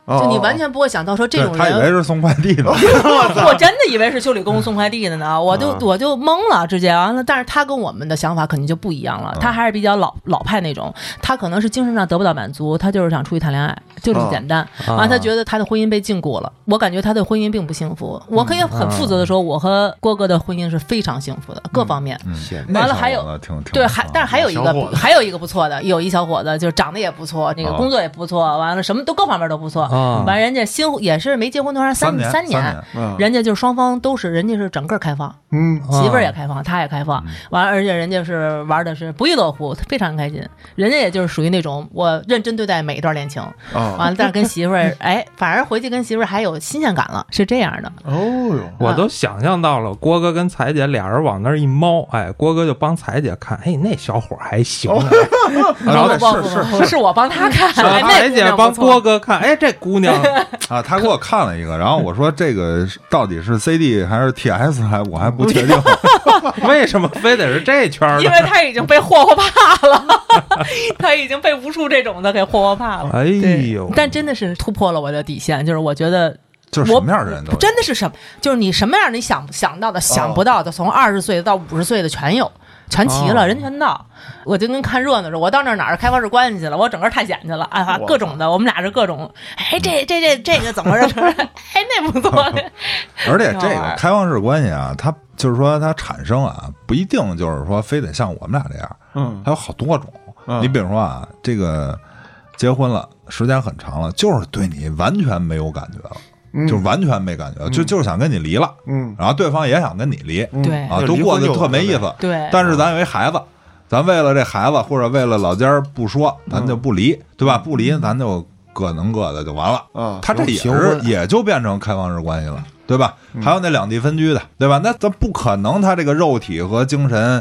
就你完全不会想到说这种人， 他以为是送快递的， 我真的以为是修理工送快递的呢，我就懵了，直接完了。但是他跟我们的想法肯定就不一样了，他还是比较老派那种，他可能是精神上得不到满足，他就是想出去谈恋爱，就这么简单。完了，他觉得他的婚姻被禁锢了，我感觉他的婚姻并不幸福。我可以很负责的说，我和郭哥的婚姻是非常幸福的，各方面。完了还有对，但是还有一个不错的，有一小伙子就是长得也不错，那个工作也不错，完了什么都各方面都不错。完人家也是没结婚多长3年，人家就是双方都是，人家是整个开放，媳妇儿也开放，他也开放，完了而且人家是玩的是不亦乐乎，非常开心。人家也就是属于那种我认真对待每一段恋情，完了但是跟媳妇儿反而回去跟媳妇儿还有新鲜感了，是这样的。 我都想象到了郭哥跟彩姐俩人往那儿一猫，郭哥就帮彩姐看，那小伙还行， 然后是我帮他看， 彩姐帮郭哥看，这姑娘啊，他给我看了一个，然后我说这个到底是 CD 还是 TS， 我还不确定， 为什么非得是这圈呢？ 因为他已经被霍霍怕了，他已经被无数这种的给霍霍怕了。 哎呦！ 但真的是突破了我的底线，就是我觉得。 就是什么样的人都真的是什么，就是你什么样你想到的、想不到的，从20岁到50岁的全有。全齐了，人全到，我就跟看热闹似的。我到那哪儿开放式关系去了，我整个探险去了，各种的，我们俩是各种，这个怎么着？那不错的。 而且这个开放式关系啊，它就是说它产生啊，不一定就是说非得像我们俩这样，还有好多种。你比如说啊，这个结婚了，时间很长了，就是对你完全没有感觉了。就完全没感觉，就是想跟你离了，然后对方也想跟你离， 对啊，都过得特没意思， 对。 但是咱有一孩子，咱为了这孩子或者为了老家不说，咱就不离，对吧？不离，咱就各能各的就完了。他这也就变成开放式关系了，对吧？还有那两地分居的，对吧？那咱不可能，他这个肉体和精神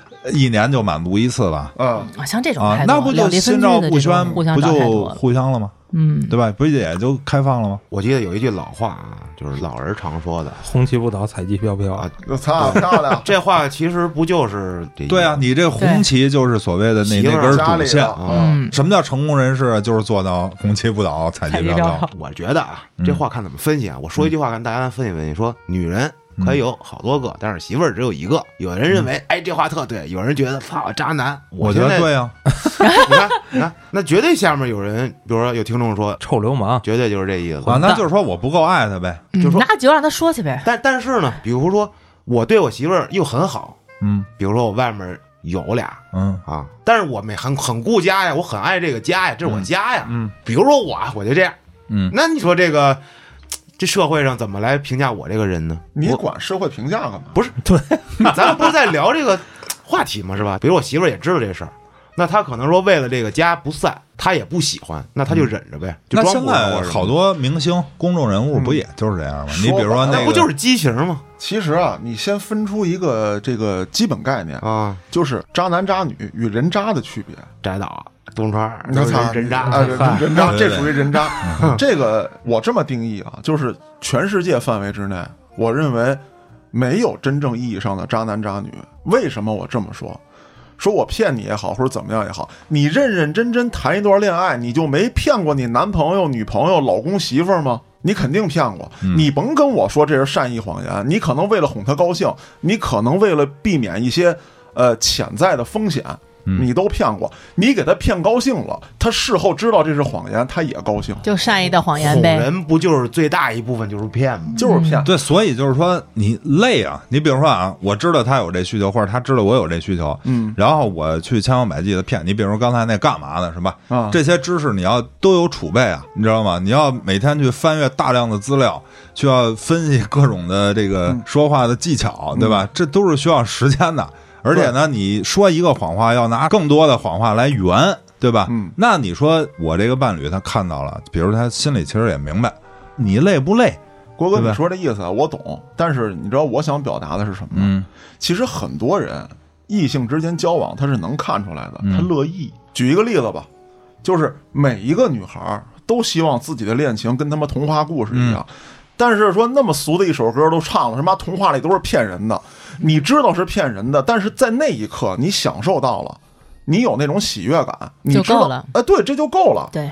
1年就满足一次吧？ 像这种那不就心照不宣，不就互相了吗？对吧？不也就开放了吗？ 我记得有一句老话啊，就是老人常说的“ 红旗不倒，彩旗飘飘”啊， 操，漂亮！ 这话其实不就是对啊？你这红旗就是所谓的那根主线啊。什么叫成功人士？就是做到红旗不倒，彩旗飘飘。 我觉得啊，这话看怎么分析啊。我说一句话，看大家分析分析，说女人可以有好多个，但是媳妇儿只有一个。有人认为，这话特对；有人觉得，操，渣男。 我觉得对呀。 你看，那绝对下面有人，比如说有听众说臭流氓， 绝对就是这意思啊。那就是说我不够爱他呗， 就说那就让他说去呗。 但是呢，比如说我对我媳妇儿又很好，比如说我外面有俩，但是我很顾家呀，我很爱这个家呀，这是我家呀，比如说我就这样，那你说这社会上怎么来评价我这个人呢？ 你管社会评价干嘛？ 不是，对，咱们不是在聊这个话题吗？是吧？比如我媳妇儿也知道这事儿，那她可能说为了这个家不散，她也不喜欢，那她就忍着呗。就那现在好多明星、公众人物不也就是这样吗？你比如说那不就是畸形吗？ 其实啊，你先分出一个这个基本概念啊，就是渣男渣女与人渣的区别。 翟导、东川，人渣人渣，这属于人渣。这个我这么定义啊，就是全世界范围之内，我认为没有真正意义上的渣男渣女。为什么我这么说？说我骗你也好，或者怎么样也好，你认认真真谈一段恋爱，你就没骗过你男朋友、女朋友、老公、媳妇儿吗？你肯定骗过。你甭跟我说这是善意谎言，你可能为了哄他高兴，你可能为了避免一些潜在的风险，你都骗过。你给他骗高兴了，他事后知道这是谎言，他也高兴。 就善意的谎言呗。 哄人不就是最大一部分就是骗吗？ 就是骗。 对，所以就是说你累啊。你比如说啊，我知道他有这需求，或者他知道我有这需求，然后我去千方百计的骗你。比如刚才那干嘛的是吧？这些知识你要都有储备啊，你知道吗？你要每天去翻阅大量的资料，需要分析各种的这个说话的技巧，对吧？这都是需要时间的。而且呢，你说一个谎话要拿更多的谎话来圆，对吧？那你说我这个伴侣他看到了，比如他心里其实也明白，你累不累？ 郭哥，你说这意思我懂，但是你知道我想表达的是什么吗？其实很多人异性之间交往他是能看出来的，他乐意。举一个例子吧，就是每一个女孩都希望自己的恋情跟他们童话故事一样。但是说那么俗的一首歌都唱了，什么童话里都是骗人的，你知道是骗人的，但是在那一刻你享受到了，你有那种喜悦感，你就够了。 对，这就够了。 对，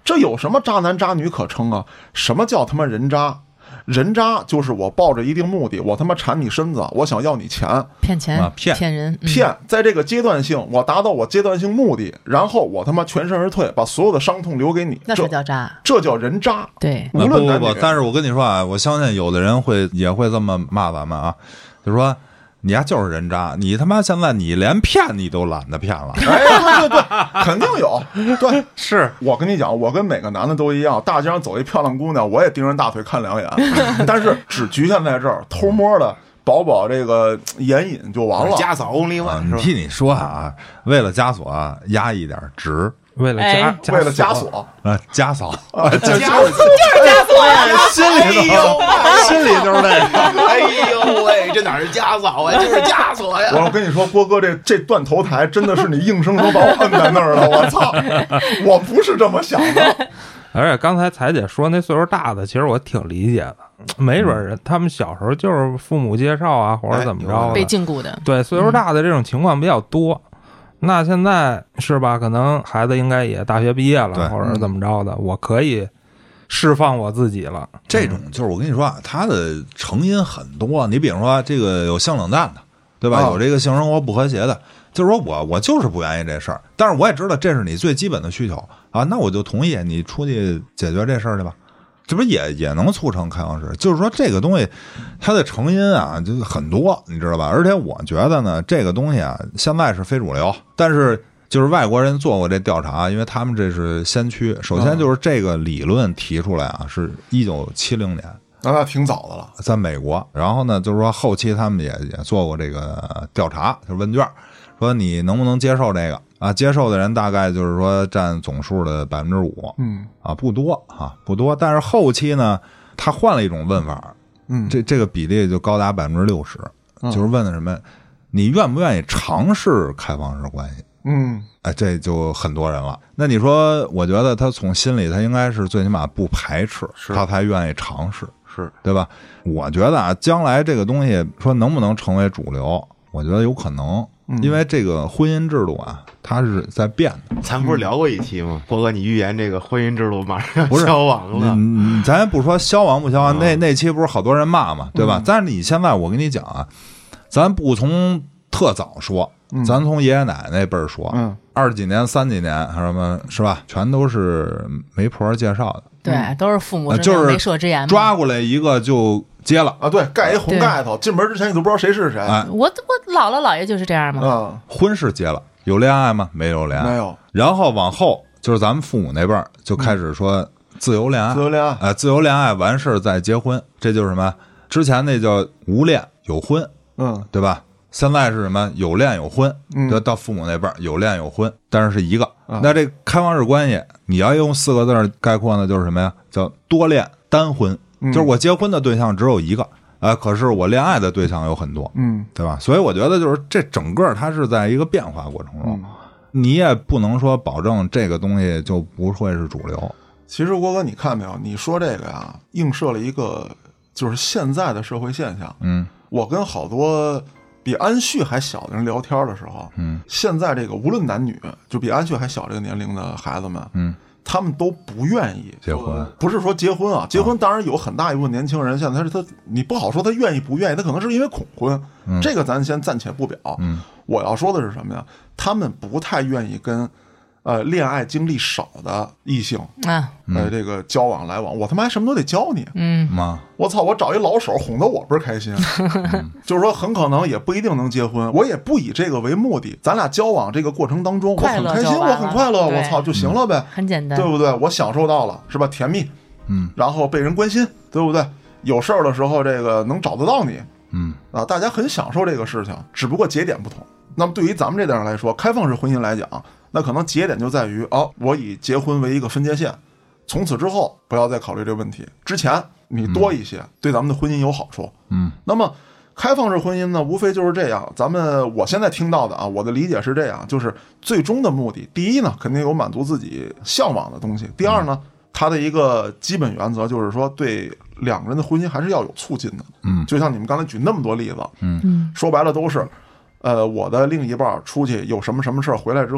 这有什么渣男渣女可称啊？什么叫他妈人渣？人渣就是我抱着一定目的，我他妈缠你身子，我想要你钱， 骗钱、骗人、 骗，在这个阶段性，我达到我阶段性目的，然后我他妈全身而退，把所有的伤痛留给你， 那是叫渣， 这叫人渣。 对， 无论男女。 但是我跟你说啊，我相信有的人也会这么骂咱们啊，就是说。你呀就是人渣，你他妈现在你连骗你都懒得骗了。 哎，对，肯定有。对， 是我跟你讲，我跟每个男的都一样，大街上走一漂亮姑娘，我也盯人大腿看两眼，但是只局限在这儿，偷摸的保这个眼瘾就完了。 枷锁 only one， 你听你说啊，为了枷锁压一点值。 为了枷锁枷锁就是枷锁呀， 心里就是这个。 哎呦喂，这哪是枷锁啊，就是枷锁呀！ 我跟你说，郭哥这断头台真的是你硬生生把我摁在那儿了，我操！我不是这么想的。 而且刚才彩姐说那岁数大的，其实我挺理解的，没准人他们小时候就是父母介绍啊，或者怎么着的被禁锢的。 对，岁数大的这种情况比较多。那现在是吧？可能孩子应该也大学毕业了，或者怎么着的，我可以释放我自己了。 这种就是我跟你说啊，它的成因很多。你比如说这个有性冷淡的，对吧？有这个性生活不和谐的，就是说我就是不愿意这事儿，但是我也知道这是你最基本的需求啊，那我就同意你出去解决这事儿去吧。这不也能促成开放式？就是说这个东西它的成因啊就很多，你知道吧？而且我觉得呢，这个东西啊现在是非主流，但是就是外国人做过这调查，因为他们这是先驱。首先就是这个理论提出来啊，是1970年， 那挺早的了， 在美国。然后呢，就是说后期他们也做过这个调查，就是问卷，说你能不能接受这个啊？接受的人大概就是说占总数的5%，不多啊，不多。但是后期呢，他换了一种问法，这个比例就高达60%，就是问的什么？你愿不愿意尝试开放式关系？这就很多人了。那你说，我觉得他从心里他应该是最起码不排斥，他才愿意尝试， 是对吧？我觉得啊，将来这个东西说能不能成为主流，我觉得有可能。因为这个婚姻制度啊，它是在变的。 咱不是聊过一期吗？郭哥，你预言这个婚姻制度马上要消亡了。 咱不说消亡不消亡，那期不是好多人骂嘛，对吧？但是你现在我跟你讲啊，咱不从特早说，咱从爷爷奶奶那辈儿说，20几年、30几年什么是吧？全都是媒婆介绍的。 对，都是父母就是媒妁之言， 抓过来一个就接了啊！对，盖一红盖头，进门之前你都不知道谁是谁。 我姥姥姥爷就是这样吗？ 婚事结了，有恋爱吗？没有恋爱， 没有。 然后往后就是咱们父母那辈儿就开始说自由恋爱， 自由恋爱， 自由恋爱完事再结婚，这就是什么？之前那叫无恋有婚，对吧？现在是什么？有恋有婚，就到父母那辈儿有恋有婚，但是是一个。那这开放式关系，你要用4个字概括呢，就是什么呀？叫多恋单婚，就是我结婚的对象只有一个，可是我恋爱的对象有很多，对吧？所以我觉得就是这整个它是在一个变化过程中，你也不能说保证这个东西就不会是主流。 其实郭哥，你看没有？你说这个呀，映射了一个就是现在的社会现象。我跟好多比安旭还小的人聊天的时候，现在这个无论男女，就比安旭还小这个年龄的孩子们，他们都不愿意结婚， 不是说结婚啊，结婚当然有很大一部分年轻人现在你不好说他愿意不愿意，他可能是因为恐婚，这个咱先暂且不表。我要说的是什么呀？他们不太愿意跟恋爱经历少的异性这个交往来往，我他妈还什么都得教你，我操，我找一老手哄得我倍儿开心，就是说很可能也不一定能结婚，我也不以这个为目的，咱俩交往这个过程当中我很开心，我很快乐，我操就行了呗， 很简单， 对不对？我享受到了是吧？甜蜜，然后被人关心，对不对？有事儿的时候这个能找得到你，大家很享受这个事情，只不过节点不同。那么对于咱们这代人来说，开放式婚姻来讲，那可能节点就在于我以结婚为一个分界线，从此之后不要再考虑这个问题，之前你多一些，对咱们的婚姻有好处。那么开放式婚姻呢，无非就是这样。我现在听到的我的理解是这样，就是最终的目的，第一呢，肯定有满足自己向往的东西；第二呢，它的一个基本原则就是说，对两个人的婚姻还是要有促进的。就像你们刚才举那么多例子，说白了都是。我的另一半出去有什么什么事儿回来之后，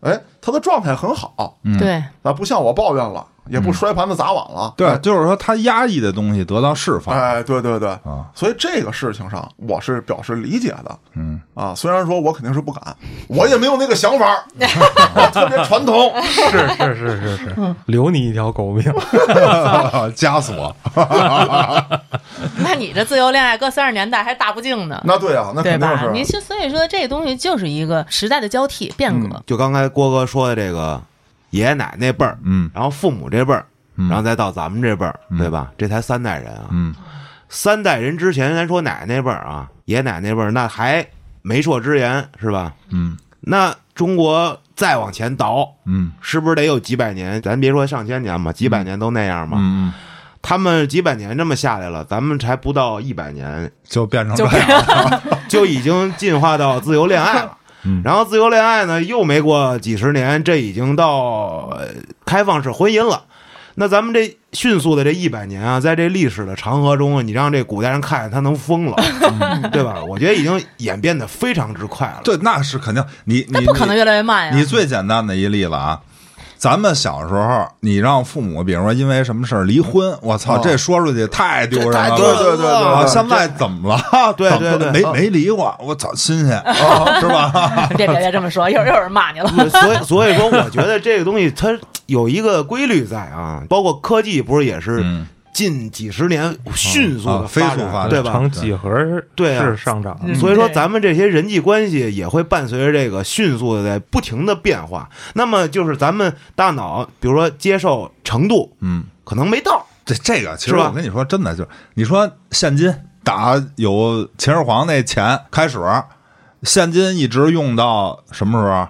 哎，他的状态很好， 对， 不像我抱怨了，也不摔盘子砸碗了， 对，就是说他压抑的东西得到释放， 哎，对对对，所以这个事情上我是表示理解的，虽然说我肯定是不敢，我也没有那个想法，我特别传统， 是，留你一条狗命， 枷锁。 那你这自由恋爱搁30年代还大不敬呢？ 那对啊，那肯定是。 你所以说这个东西就是一个时代的交替变革。 就刚才郭哥说的这个爷爷奶奶辈儿，然后父母这辈儿，然后再到咱们这辈儿，对吧？这才3代人啊。3代人之前，咱说奶奶辈儿啊，爷爷奶奶辈儿，那还媒妁之言是吧？那中国再往前倒，是不是得有几百年？咱别说上千年嘛，几百年都那样嘛。他们几百年这么下来了，咱们才不到100年就变成这样了， 就已经进化到自由恋爱了。然后自由恋爱呢，又没过几十年，这已经到开放式婚姻了。那咱们这迅速的这100年啊，在这历史的长河中，你让这古代人看见他能疯了，对吧？我觉得已经演变得非常之快了。 对，那是肯定，你不可能越来越慢呀。 你最简单的一例子啊。咱们小时候，你让父母，比如说因为什么事儿离婚，我操，这说出去太丢人了。 对， 现在怎么了？ 对， 没离过，我操，新鲜，是吧？ 别这么说，一会儿有人骂你了。 所以说，我觉得这个东西它有一个规律在啊，包括科技不是也是近几十年迅速的飞速发展， 对吧？ 成几何式上涨， 所以说咱们这些人际关系也会伴随着这个迅速的在不停的变化。那么就是咱们大脑，比如说接受程度，可能没到。 这个其实我跟你说，真的就是你说现金打有秦始皇那钱开始。现金一直用到什么时候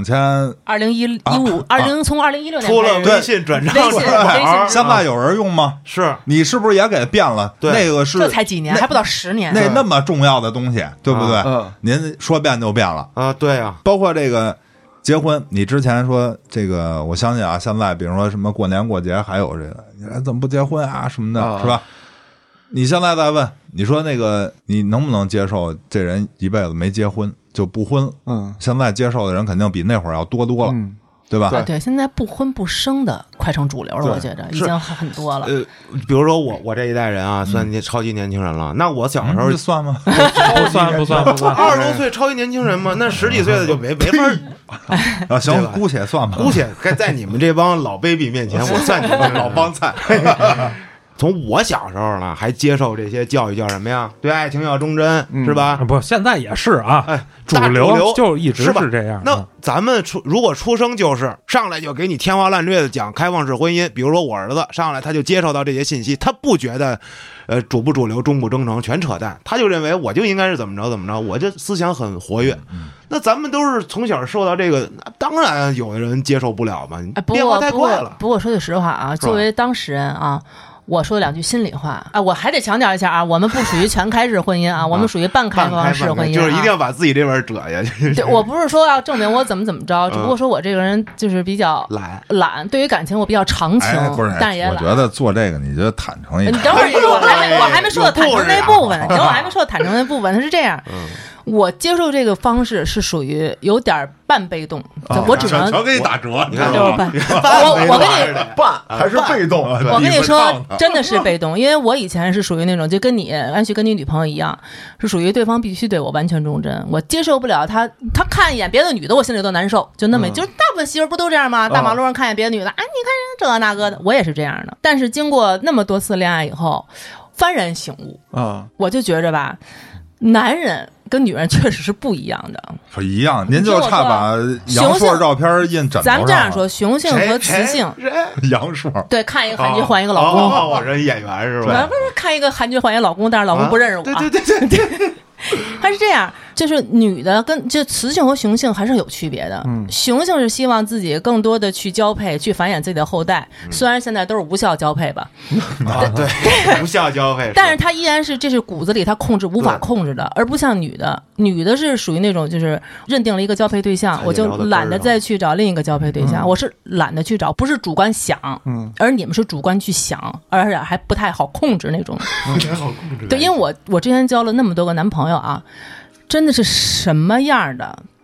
？2015，从2016年出了微信转账， 现在有人用吗？ 是你是不是也给变了？ 对， 那个是这才几年，还不到10年， 那么重要的东西，对不对？您说变就变了啊，对啊。 包括这个结婚，你之前说这个，我相信啊，现在比如说什么过年过节还有这个，你怎么不结婚啊什么的，是吧？你现在再问，你说那个你能不能接受这人一辈子没结婚就不婚？现在接受的人肯定比那会儿要多了，对吧？ 对，现在不婚不生的快成主流了，我觉得已经很多了。 比如说我这一代人啊，算超级年轻人了。那我小时候算吗？ 不算，20多岁超级年轻人吗？那10几岁的就没法。 行，姑且算吧， 姑且在你们这帮老 baby 面前，我算你们老帮菜。从我小时候呢，还接受这些教育，叫什么呀？对爱情要忠贞，是吧？ 不，现在也是啊。主流就一直是这样。 那咱们如果出生就是上来就给你天花乱坠的讲开放式婚姻，比如说我儿子上来他就接受到这些信息，他不觉得主不主流、忠不忠诚，全扯淡，他就认为我就应该是怎么着，我这思想很活跃。那咱们都是从小受到这个，当然有的人接受不了嘛，变化太快了。 不过说句实话啊，作为当事人啊。我说2句心里话啊，我还得强调一下啊，我们不属于全开式婚姻啊，我们属于半开放式婚姻， 就是一定要把自己这边遮下去。 对，我不是说要证明我怎么着，只不过说我这个人就是比较懒，对于感情我比较长情，但也懒。 我觉得做这个你就坦诚一点。 你等会儿，我还没说到坦诚那部分，等会儿还没说到坦诚那部分，它是这样。我接受这个方式是属于有点半被动，我只能全给你打折。 你看， 我跟你半还是被动？ 我跟你说，真的是被动，因为我以前是属于那种，就跟你安旭跟你女朋友一样，是属于对方必须对我完全忠贞，我接受不了他看一眼别的女的，我心里都难受，就那么就是大部分媳妇不都这样吗？大马路上看见别的女的，啊，你看人这那个的，我也是这样的。但是经过那么多次恋爱以后，幡然醒悟啊，我就觉着吧，男人跟女人确实是不一样的， 不一样。您就差把杨烁照片印枕头上。 咱们这样说，雄性和雌性。 杨烁对，看一个韩剧换一个老公。 我这演员是吧？ 不是看一个韩剧换一个老公，但是老公不认识我。对。他是这样，就是女的就雌性和雄性还是有区别的。雄性是希望自己更多的去交配，去繁衍自己的后代。虽然现在都是无效交配吧， 对，无效交配， 但是他依然是这是骨子里他无法控制的，而不像女的是属于那种就是认定了一个交配对象，我就懒得再去找另一个交配对象，我是懒得去找，不是主观想，而你们是主观去想，而且还不太好控制那种。对，因为我之前交了那么多个男朋友啊，真的是什么样的他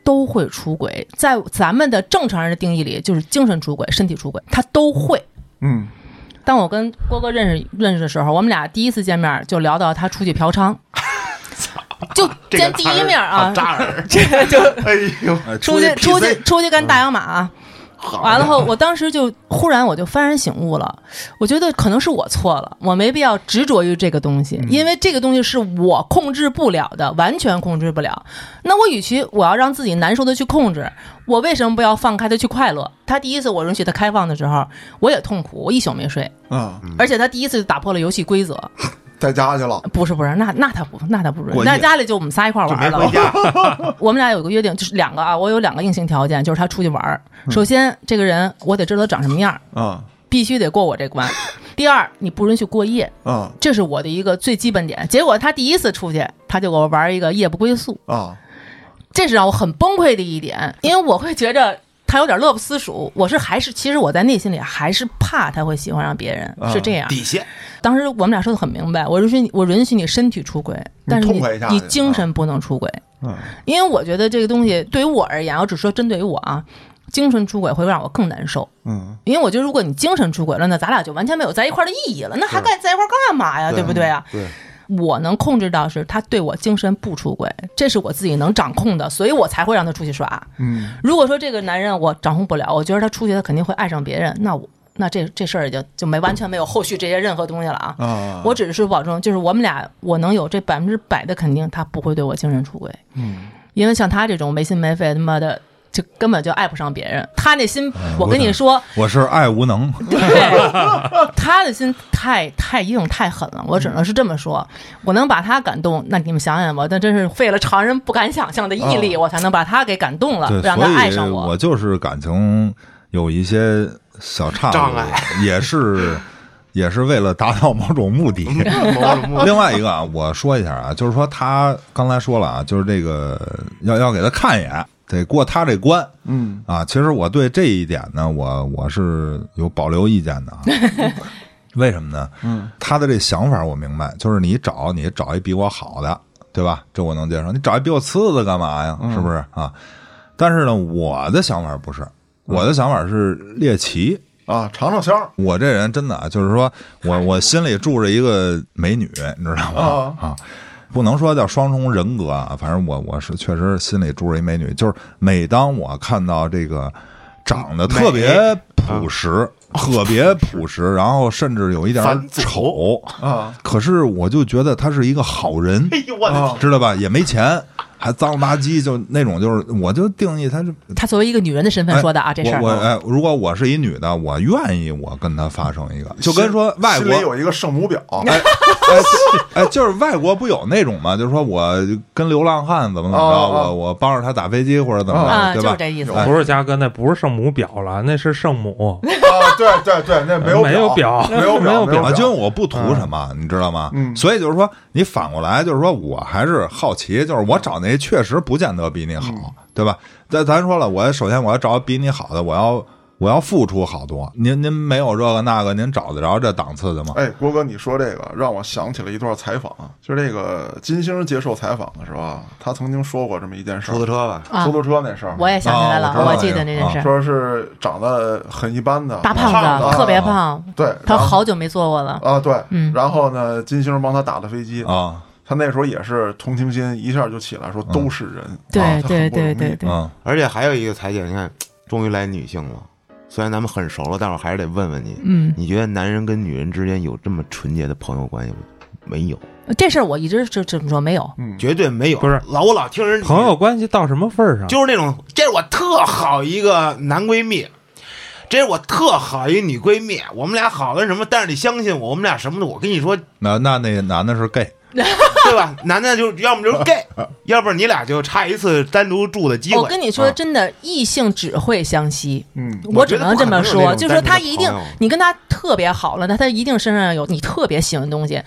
都会出轨，在咱们的正常人的定义里，就是精神出轨、身体出轨，他都会。当我跟郭哥认识的时候，我们俩第一次见面就聊到他出去嫖娼，就见第一面啊，这个就哎呦，出去干大洋马。完了后，我当时就忽然我就幡然醒悟了，我觉得可能是我错了，我没必要执着于这个东西，因为这个东西是我控制不了的，完全控制不了。那我与其我要让自己难受的去控制，我为什么不要放开的去快乐？他第一次我允许他开放的时候，我也痛苦，我一宿没睡而且他第一次打破了游戏规则。 在家去了？ 不是，那他不准，那家里就我们仨一块玩了。我们俩有个约定，就是2个啊，我有2个硬性条件，就是他出去玩，首先这个人我得知道他长什么样必须得过我这关。第二，你不允许过夜这是我的一个最基本点。结果他第一次出去，他就给我玩一个夜不归宿这是让我很崩溃的一点，因为我会觉着他有点乐不思蜀，其实我在内心里还是怕他会喜欢上别人，是这样底线。 当时我们俩说的很明白，我允许你身体出轨，但是你精神不能出轨因为我觉得这个东西对于我而言，我只说针对于我啊，精神出轨会让我更难受因为我觉得如果你精神出轨了，那咱俩就完全没有在一块的意义了，那还在一块干嘛呀？对不对啊？ 对。 我能控制到是他对我精神不出轨，这是我自己能掌控的，所以我才会让他出去耍如果说这个男人我掌控不了，我觉得他出去他肯定会爱上别人，那这事儿也就完全没有后续这些任何东西了我只是保证，就是我们俩我能有这100%的肯定，他不会对我精神出轨因为像他这种没心没肺他妈的就根本就爱不上别人，他那心我跟你说， 我是爱无能对，他的心太硬太狠了，我只能是这么说，我能把他感动，那你们想想吧，那真是费了常人不敢想象的毅力我才能把他给感动了让他爱上我。 我就是感情有一些小岔障碍， 也是为了达到某种目的。另外一个啊，我说一下啊，就是说他刚才说了啊，就是这个要给他看一眼，得过他这关。其实我对这一点呢，我是有保留意见的为什么呢？他的这想法我明白，就是你找一比我好的，对吧？这我能接受。你找一比我次的干嘛呀？是不是啊？但是呢，我的想法不是，我的想法是猎奇。 尝尝鲜。 我这人真的啊，就是说我心里住着一个美女，你知道吗？不能说叫双重人格啊，反正我是确实心里住着一美女，就是每当我看到这个长得特别朴实，然后甚至有一点丑可是我就觉得他是一个好人，知道吧？也没钱。还脏了吧唧，就那种，就是我就定义他作为一一个女人的身份说的啊，这事儿。 如果我是一女的，我愿意我跟他发生一个，就跟说外国心里有一个圣母表， 就是外国不有那种吗？就是说我跟流浪汉怎么着，我帮着他打飞机或者怎么着，对吧？ 就是这意思。 不是嘉哥，那不是圣母表了，那是圣母。 对，那没有表， 就我不图什么，你知道吗？所以就是说，你反过来就是说我还是好奇，就是我找那确实不见得比你好，对吧？咱说了，我首先我要找比你好的，我要付出好多。您没有这个那个，您找得着这档次的吗？ 郭哥，你说这个让我想起了一段采访，就是这个金星接受采访的时候，他曾经说过这么一件事， 出租车吧， 出租车那事儿， 我也想起来了，我记得那件事， 说是长得很一般的大胖子，特别胖， 对， 他好久没坐过了对，然后呢，金星帮他打的飞机他那时候也是同情心一下就起来，说都是人， 对， 而且还有一个采姐，你看，终于来女性了。虽然咱们很熟了，但我还是得问问你，你觉得男人跟女人之间有这么纯洁的朋友关系吗？没有。 这事儿我一直就这么说，没有， 绝对没有。 不是， 我老听人朋友关系到什么份上？ 就是那种，这是我特好一个男闺蜜，这是我特好一女闺蜜，我们俩好跟什么？但是你相信我们俩什么的？我跟你说， 那男的是 gay。 对吧？男的就要么就是 gay， 要不然你俩就差一次单独住的机会。 我跟你说，真的，异性只会相吸。我只能这么说，就是说他一定，你跟他特别好了，那他一定身上有你特别喜欢的东西。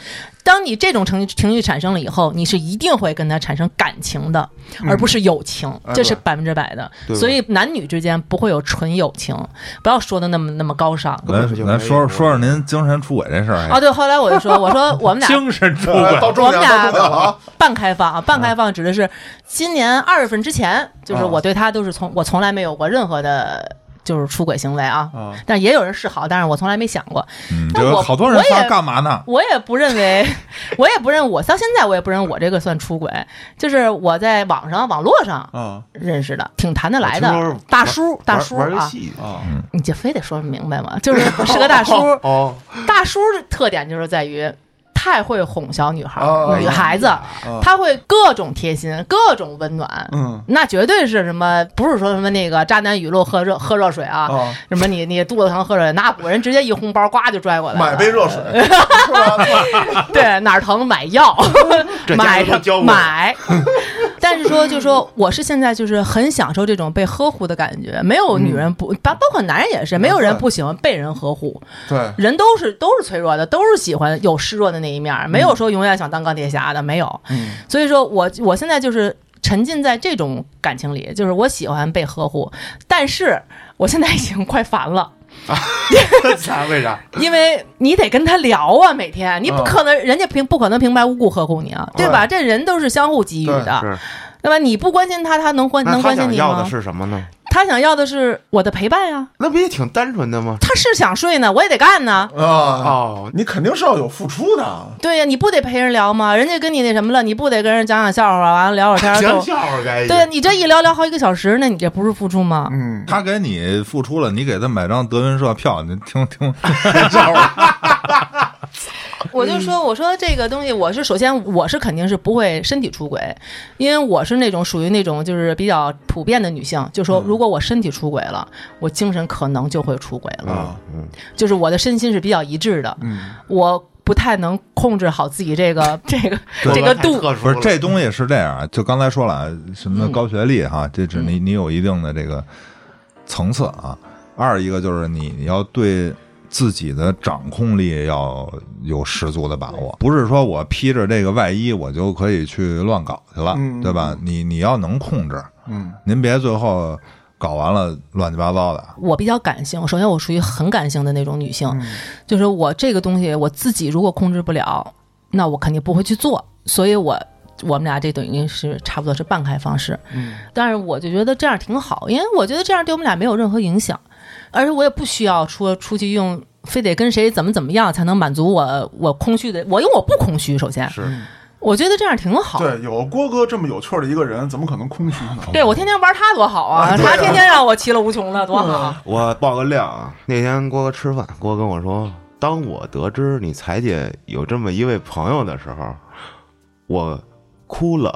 当你这种情绪产生了以后，你是一定会跟他产生感情的，而不是友情，这是100%的。所以男女之间不会有纯友情，不要说的那么高尚。 来说您精神出轨这事儿。 对，后来我就说我们俩精神出轨， 我们俩半开放啊，半开放指的是今年2月份之前，就是我对他都是我从来没有过任何的。就是出轨行为啊，但也有人示好，但是我从来没想过。 就好多人发干嘛呢？ 我也不认为，我到现在我也不认为我这个算出轨，就是我在网络上认识的，挺谈得来的大叔啊。你就非得说明白吗？就是是个大叔。大叔的特点就是在于。太会哄小女孩子，他会各种贴心，各种温暖，那绝对是什么？不是说什么那个渣男语录，喝热水啊，什么你肚子疼喝热水，那古人直接一红包，呱就拽过来， 买杯热水，是吧？ 对，哪儿疼买药，买。但是就说我是现在就是很享受这种被呵护的感觉，没有女人不，包括男人也是，没有人不喜欢被人呵护。 对， 人都是脆弱的，都是喜欢有示弱的那一面，没有说永远想当钢铁侠的，没有。所以说我现在就是沉浸在这种感情里，就是我喜欢被呵护，但是我现在已经快烦了。 为啥？ 因为你得跟他聊啊，每天你不可能，人家不可能平白无故呵护你啊，对吧？这人都是相互给予的，对吧？你不关心他，他能关心你吗？他想要的是什么呢？ 他想要的是我的陪伴呀， 那不也挺单纯的吗？ 他是想睡呢，我也得干呢。 你肯定是要有付出的。 对呀，你不得陪人聊吗？人家跟你那什么了，你不得跟人讲笑话，完了聊会天。 讲笑话该。 对，你这一聊好几个小时，那你这不是付出吗？ 他给你付出了，你给他买张德云社票，你听笑话。 我说这个东西，首先我是肯定是不会身体出轨，因为我是属于那种就是比较普遍的女性，就说如果我身体出轨了，我精神可能就会出轨了，就是我的身心是比较一致的，我不太能控制好自己这个度。 不是这东西是这样，就刚才说了什么高学历哈，这指你有一定的这个层次啊。二一个就是你要对自己的掌控力要有十足的把握，不是说我披着这个外衣我就可以去乱搞去了，对吧？你要能控制，您别最后搞完了乱七八糟的。们我比较感性，首先我属于很感性的那种女性，就是我这个东西我自己如果控制不了，那我肯定不会去做，所以我们俩这等于是差不多是半开放式，但是我就觉得这样挺好，因为我觉得这样对我们俩没有任何影响。而且我也不需要出去用，非得跟谁怎么样才能满足我空虚的，因为我不空虚。首先是， 我觉得这样挺好。 对，有郭哥这么有趣的一个人，怎么可能空虚呢？ 对，我天天玩他多好啊！他天天让我其乐无穷的，多好。 我爆个料啊，那天郭哥吃饭，郭哥跟我说，当我得知你彩姐有这么一位朋友的时候，我哭了。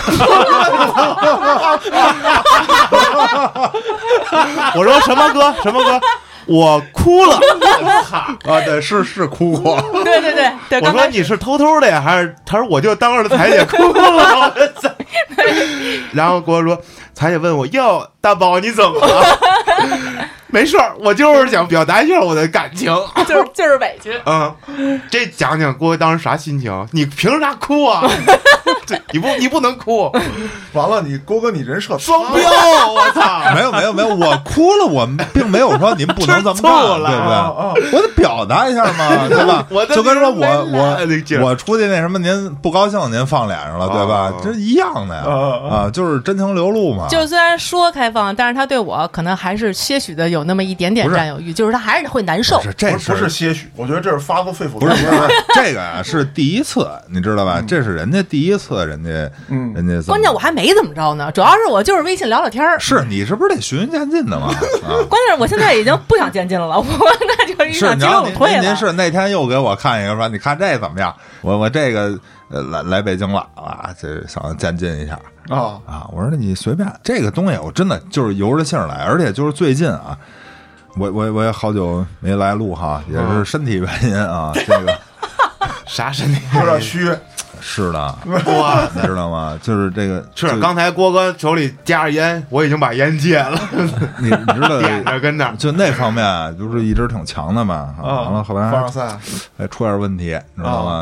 我说什么哥？我哭了啊！对，是哭过。 对。 我说你是偷偷的呀，还是？他说我就当着彩姐哭了。然后郭哥说，彩姐问我哟，大宝你怎么了？没事儿，我就是想表达一下我的感情， 就是委屈。 这讲讲郭哥当时啥心情？你凭啥哭啊？你不能哭。 完了，郭哥你人设双标，我操！ 没有，我哭了，我并没有说您不能这么干，对不对？我得表达一下嘛，对吧？就跟说我出去那什么，您不高兴您放脸上了，对吧？这一样的呀，就是真情流露嘛。 就虽然说开放，但是他对我可能还是些许的有那么一点点占有欲，就是他还是会难受。 这不是些许，我觉得这是发自肺腑。 不是，这个啊是第一次，你知道吧？这是人家第一次，人家关键我还没怎么着呢，主要是我就是微信聊聊天。 是你是不是得循序渐进的嘛？ 关键是我现在已经不想渐进了，我那就一想激动退了。 您是那天又给我看一个说，你看这怎么样？我这个来北京了啊，这想渐进一下啊！我说那你随便，这个东西我真的就是由着性来，而且就是最近啊，我也好久没来录哈，也是身体原因啊，这个啥身体有点虚。 是的，哇，你知道吗？就是这个， 是刚才郭哥手里夹着烟，我已经把烟戒了。 你知道， 点着跟那就那方面就是一直挺强的嘛。完了后来凡尔赛， 出点问题，你知道吗？就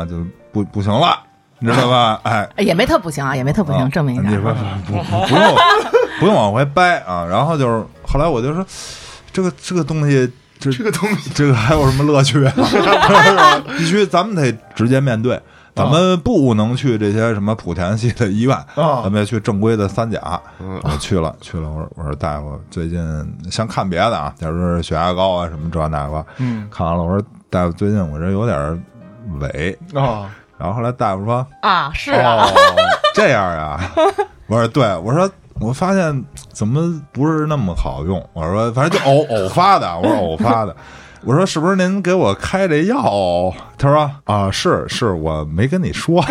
不行了，你知道吧？哎， 也没特不行啊，也没特不行，证明一下。 你说不用往回掰啊。然后就是后来我就说，这个东西，这个还有什么乐趣？必须咱们得直接面对。咱们不能去这些什么莆田系的医院，咱们也去正规的三甲。我去了，我说大夫，最近想看别的啊，假如说血压高啊什么这那个，看完了，我说大夫，最近我这有点萎啊。然后后来大夫说啊，是啊， 这样啊。我说对，我说我发现怎么不是那么好用。我说反正就偶发的，我说偶发的。我说是不是您给我开这药？他说啊，是我没跟你说。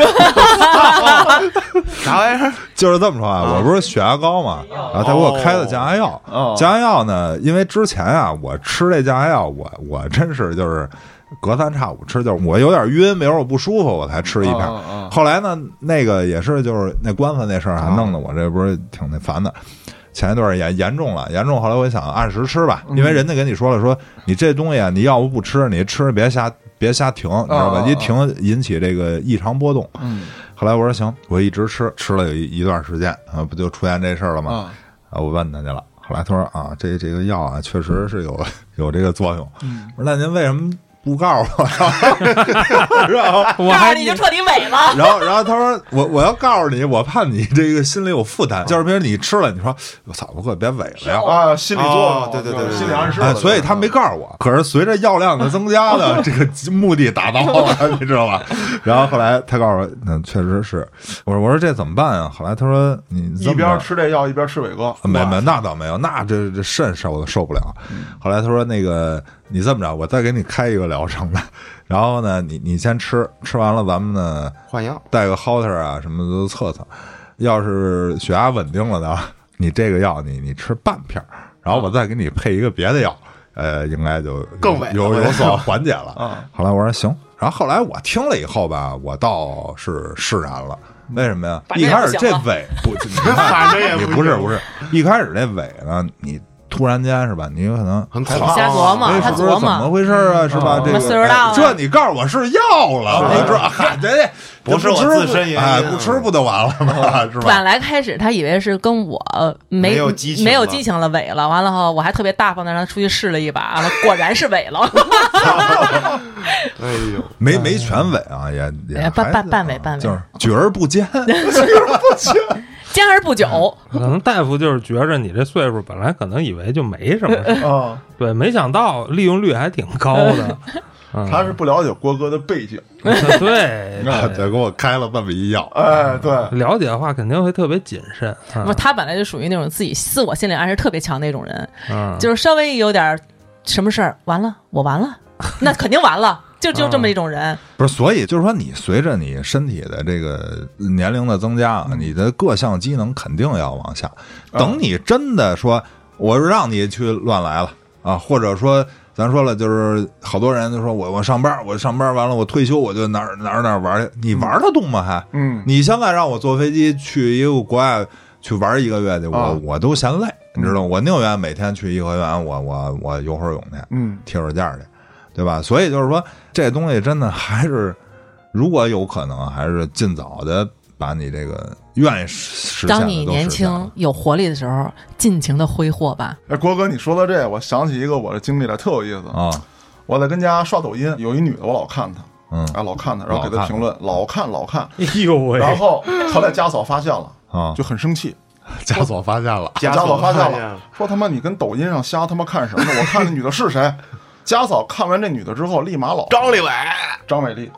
啥玩意儿？ 就是这么说啊，我不是血压高嘛，然后他给我开的降压药。降压药呢，因为之前啊，我吃这降压药，我真是就是隔三差五吃，就是我有点晕，没有我不舒服，我才吃一片。后来呢，那个也是就是那官司那事儿，还弄得我这不是挺那烦的。前一段严重了，后来我想按时吃吧，因为人家跟你说了，说你这东西啊，你要不吃，你吃别瞎停，你知道吧？一停引起这个异常波动。后来我说行，我一直吃了有一段时间啊，不就出现这事儿了吗？我问他去了，后来他说啊，这个药啊，确实是有这个作用。我说那您为什么不告诉我？然后告诉你就彻底萎了。 然后他说我要告诉你，我怕你这个心里有负担，就是比如你吃了，你说我操，我可别萎了呀啊，心理作用， 对， 心理暗示。 所以他没告诉我。可是随着药量的增加呢，这个目的达到了，你知道吧？然后后来他告诉我，那确实是。我说这怎么办啊？后来他说你一边吃这药一边吃伟哥， 没那倒没有，那这肾受不了。后来他说那个。你这么着，我再给你开一个疗程的，然后呢，你先吃完了，咱们呢换药， 带个 Holter 啊什么的都测测，要是血压稳定了的，你这个药你吃半片，然后我再给你配一个别的药，应该就更有所缓解了。后来我说行，然后后来我听了以后吧，我倒是释然了。为什么呀？一开始这尾你不是一开始这尾呢，你。突然间是吧？你有可能很瞎琢磨，他琢磨怎么回事啊？是吧？这个岁数大了， 这你告诉我是药了，我知道，嗨，这不是我自身原因， 不吃不就完了吗？是吧？ 本来开始他以为是跟我没有激情了，萎了，完了后我还特别大方的让他出去试了一把，完了果然是萎了。 哎呦， 没全萎啊，也半萎， 就是举而不坚， 坚而不久。 可能大夫就是觉着你这岁数，本来可能以为就没什么事对，没想到利用率还挺高的。 他是不了解郭哥的背景， 对， 就给我开了这么一药。 哎，对， 了解的话肯定会特别谨慎。 不，他本来就属于那种自我心理暗示特别强那种人，就是稍微有点什么事儿，完了，我完了，那肯定完了。就这么一种人， 不是，所以就是说，你随着你身体的这个年龄的增加，你的各项机能肯定要往下。等你真的说，我让你去乱来了啊，或者说咱说了，就是好多人就说我上班完了，我退休我就哪儿玩去，你玩得动吗？还你现在让我坐飞机去一个国外去玩1个月去，我都嫌累，你知道吗？我宁愿每天去颐和园，我游会儿泳去，贴会儿价去。对吧？所以就是说，这东西真的还是，如果有可能，还是尽早的把你这个愿意实现的都实现了。 当你年轻有活力的时候，尽情的挥霍吧。 哎，郭哥，你说到这，我想起一个我的经历来，特有意思啊！我在跟家刷抖音，有一女的，我老看她，老看她，然后给她评论，老看。 哎呦喂！ 然后后来家嫂发现了啊，就很生气。 家嫂发现了， 家嫂发现了，说他妈你跟抖音上瞎他妈看什么？我看那女的是谁？家嫂看完这女的之后，立马老张伟丽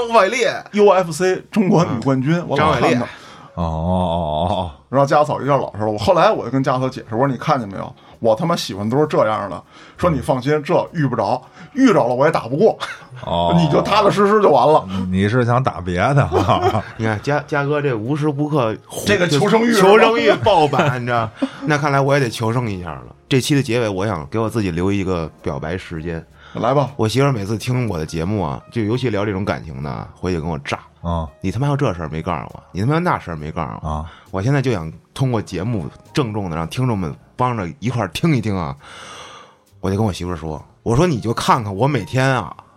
UFC 中国女冠军，我老看她。然后家嫂一下老实了。后来我就跟家嫂解释，我说你看见没有，我他妈喜欢都是这样的。说你放心，这遇不着，遇着了我也打不过。你就踏踏实实就完了。 你是想打别的？ 你看嘉哥这无时无刻这个求生欲爆版，你知道？那看来我也得求生一下了。这期的结尾，我想给我自己留一个表白时间。 来吧， 我媳妇每次听我的节目啊，就尤其聊这种感情的，回去跟我炸你他妈有这事儿没告诉我，你他妈有那事儿没告诉我我现在就想通过节目郑重的让听众们帮着一块儿听一听啊。我就跟我媳妇说，我说你就看看我每天啊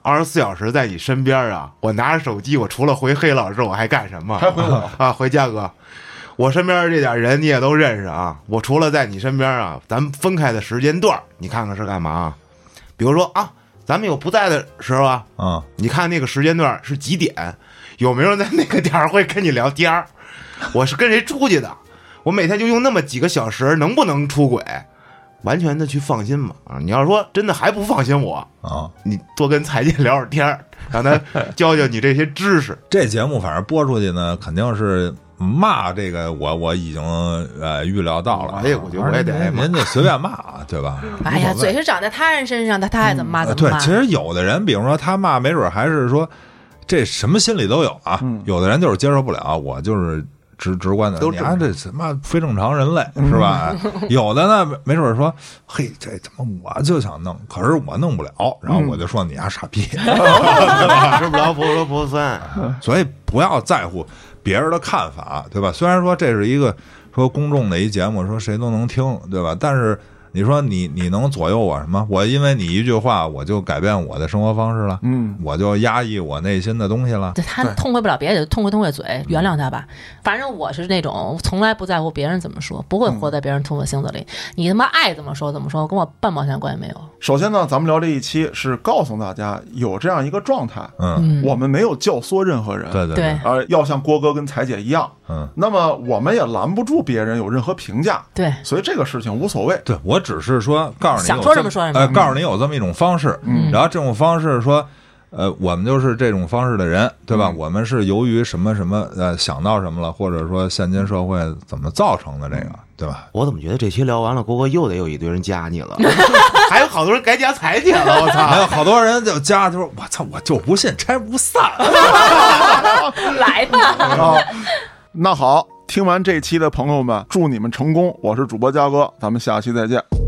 24小时在你身边啊，我拿着手机，我除了回黑老师我还干什么？ 还回我啊，回嘉哥。我身边这点人你也都认识啊，我除了在你身边啊，咱们分开的时间段你看看是干嘛？比如说啊，咱们有不在的时候啊，你看那个时间段是几点，有没有人在那个点会跟你聊天？我是跟谁出去的？我每天就用那么几个小时，能不能出轨？完全的去放心嘛啊！你要说真的还不放心我啊，你多跟财姐聊会儿天，让他教教你这些知识。 这节目反正播出去呢，肯定是。骂这个我已经预料到了， 哎，我觉得我也得您就随便骂，对吧？ 哎呀，嘴是长在他人身上，他爱怎么骂怎么骂。 对，其实有的人，比如说他骂，没准还是说这什么心理都有啊。有的人就是接受不了，我就是直观的，你看这什么非正常人类是吧？有的呢，没准说，嘿，这怎么我就想弄，可是我弄不了，然后我就说你丫傻逼，吃不着葡萄不酸， 所以不要在乎别人的看法，对吧？虽然说这是一个说公众的一节目，说谁都能听，对吧？但是你说你能左右我什么？我因为你一句话，我就改变我的生活方式了，我就压抑我内心的东西了。 对，他痛快不了别的，痛快嘴，原谅他吧。反正我是那种从来不在乎别人怎么说，不会活在别人痛快性子里。你他妈爱怎么说怎么说，跟我半毛钱关系没有。 首先呢，咱们聊这一期是告诉大家有这样一个状态，我们没有教唆任何人， 对， 要像郭哥跟彩姐一样，那么我们也拦不住别人有任何评价， 对， 所以这个事情无所谓。 对，我只是说告诉你想说什么说什么， 告诉你有这么一种方式，然后这种方式说。我们就是这种方式的人，对吧？我们是由于什么什么想到什么了，或者说现今社会怎么造成的这个，对吧？ 我怎么觉得这期聊完了，郭哥又得有一堆人加你了，还有好多人该加彩姐了，我操！ 还有好多人就加，就说我操，我就不信拆不散， 来吧。 那好，听完这期的朋友们，祝你们成功！我是主播嘉哥，咱们下期再见。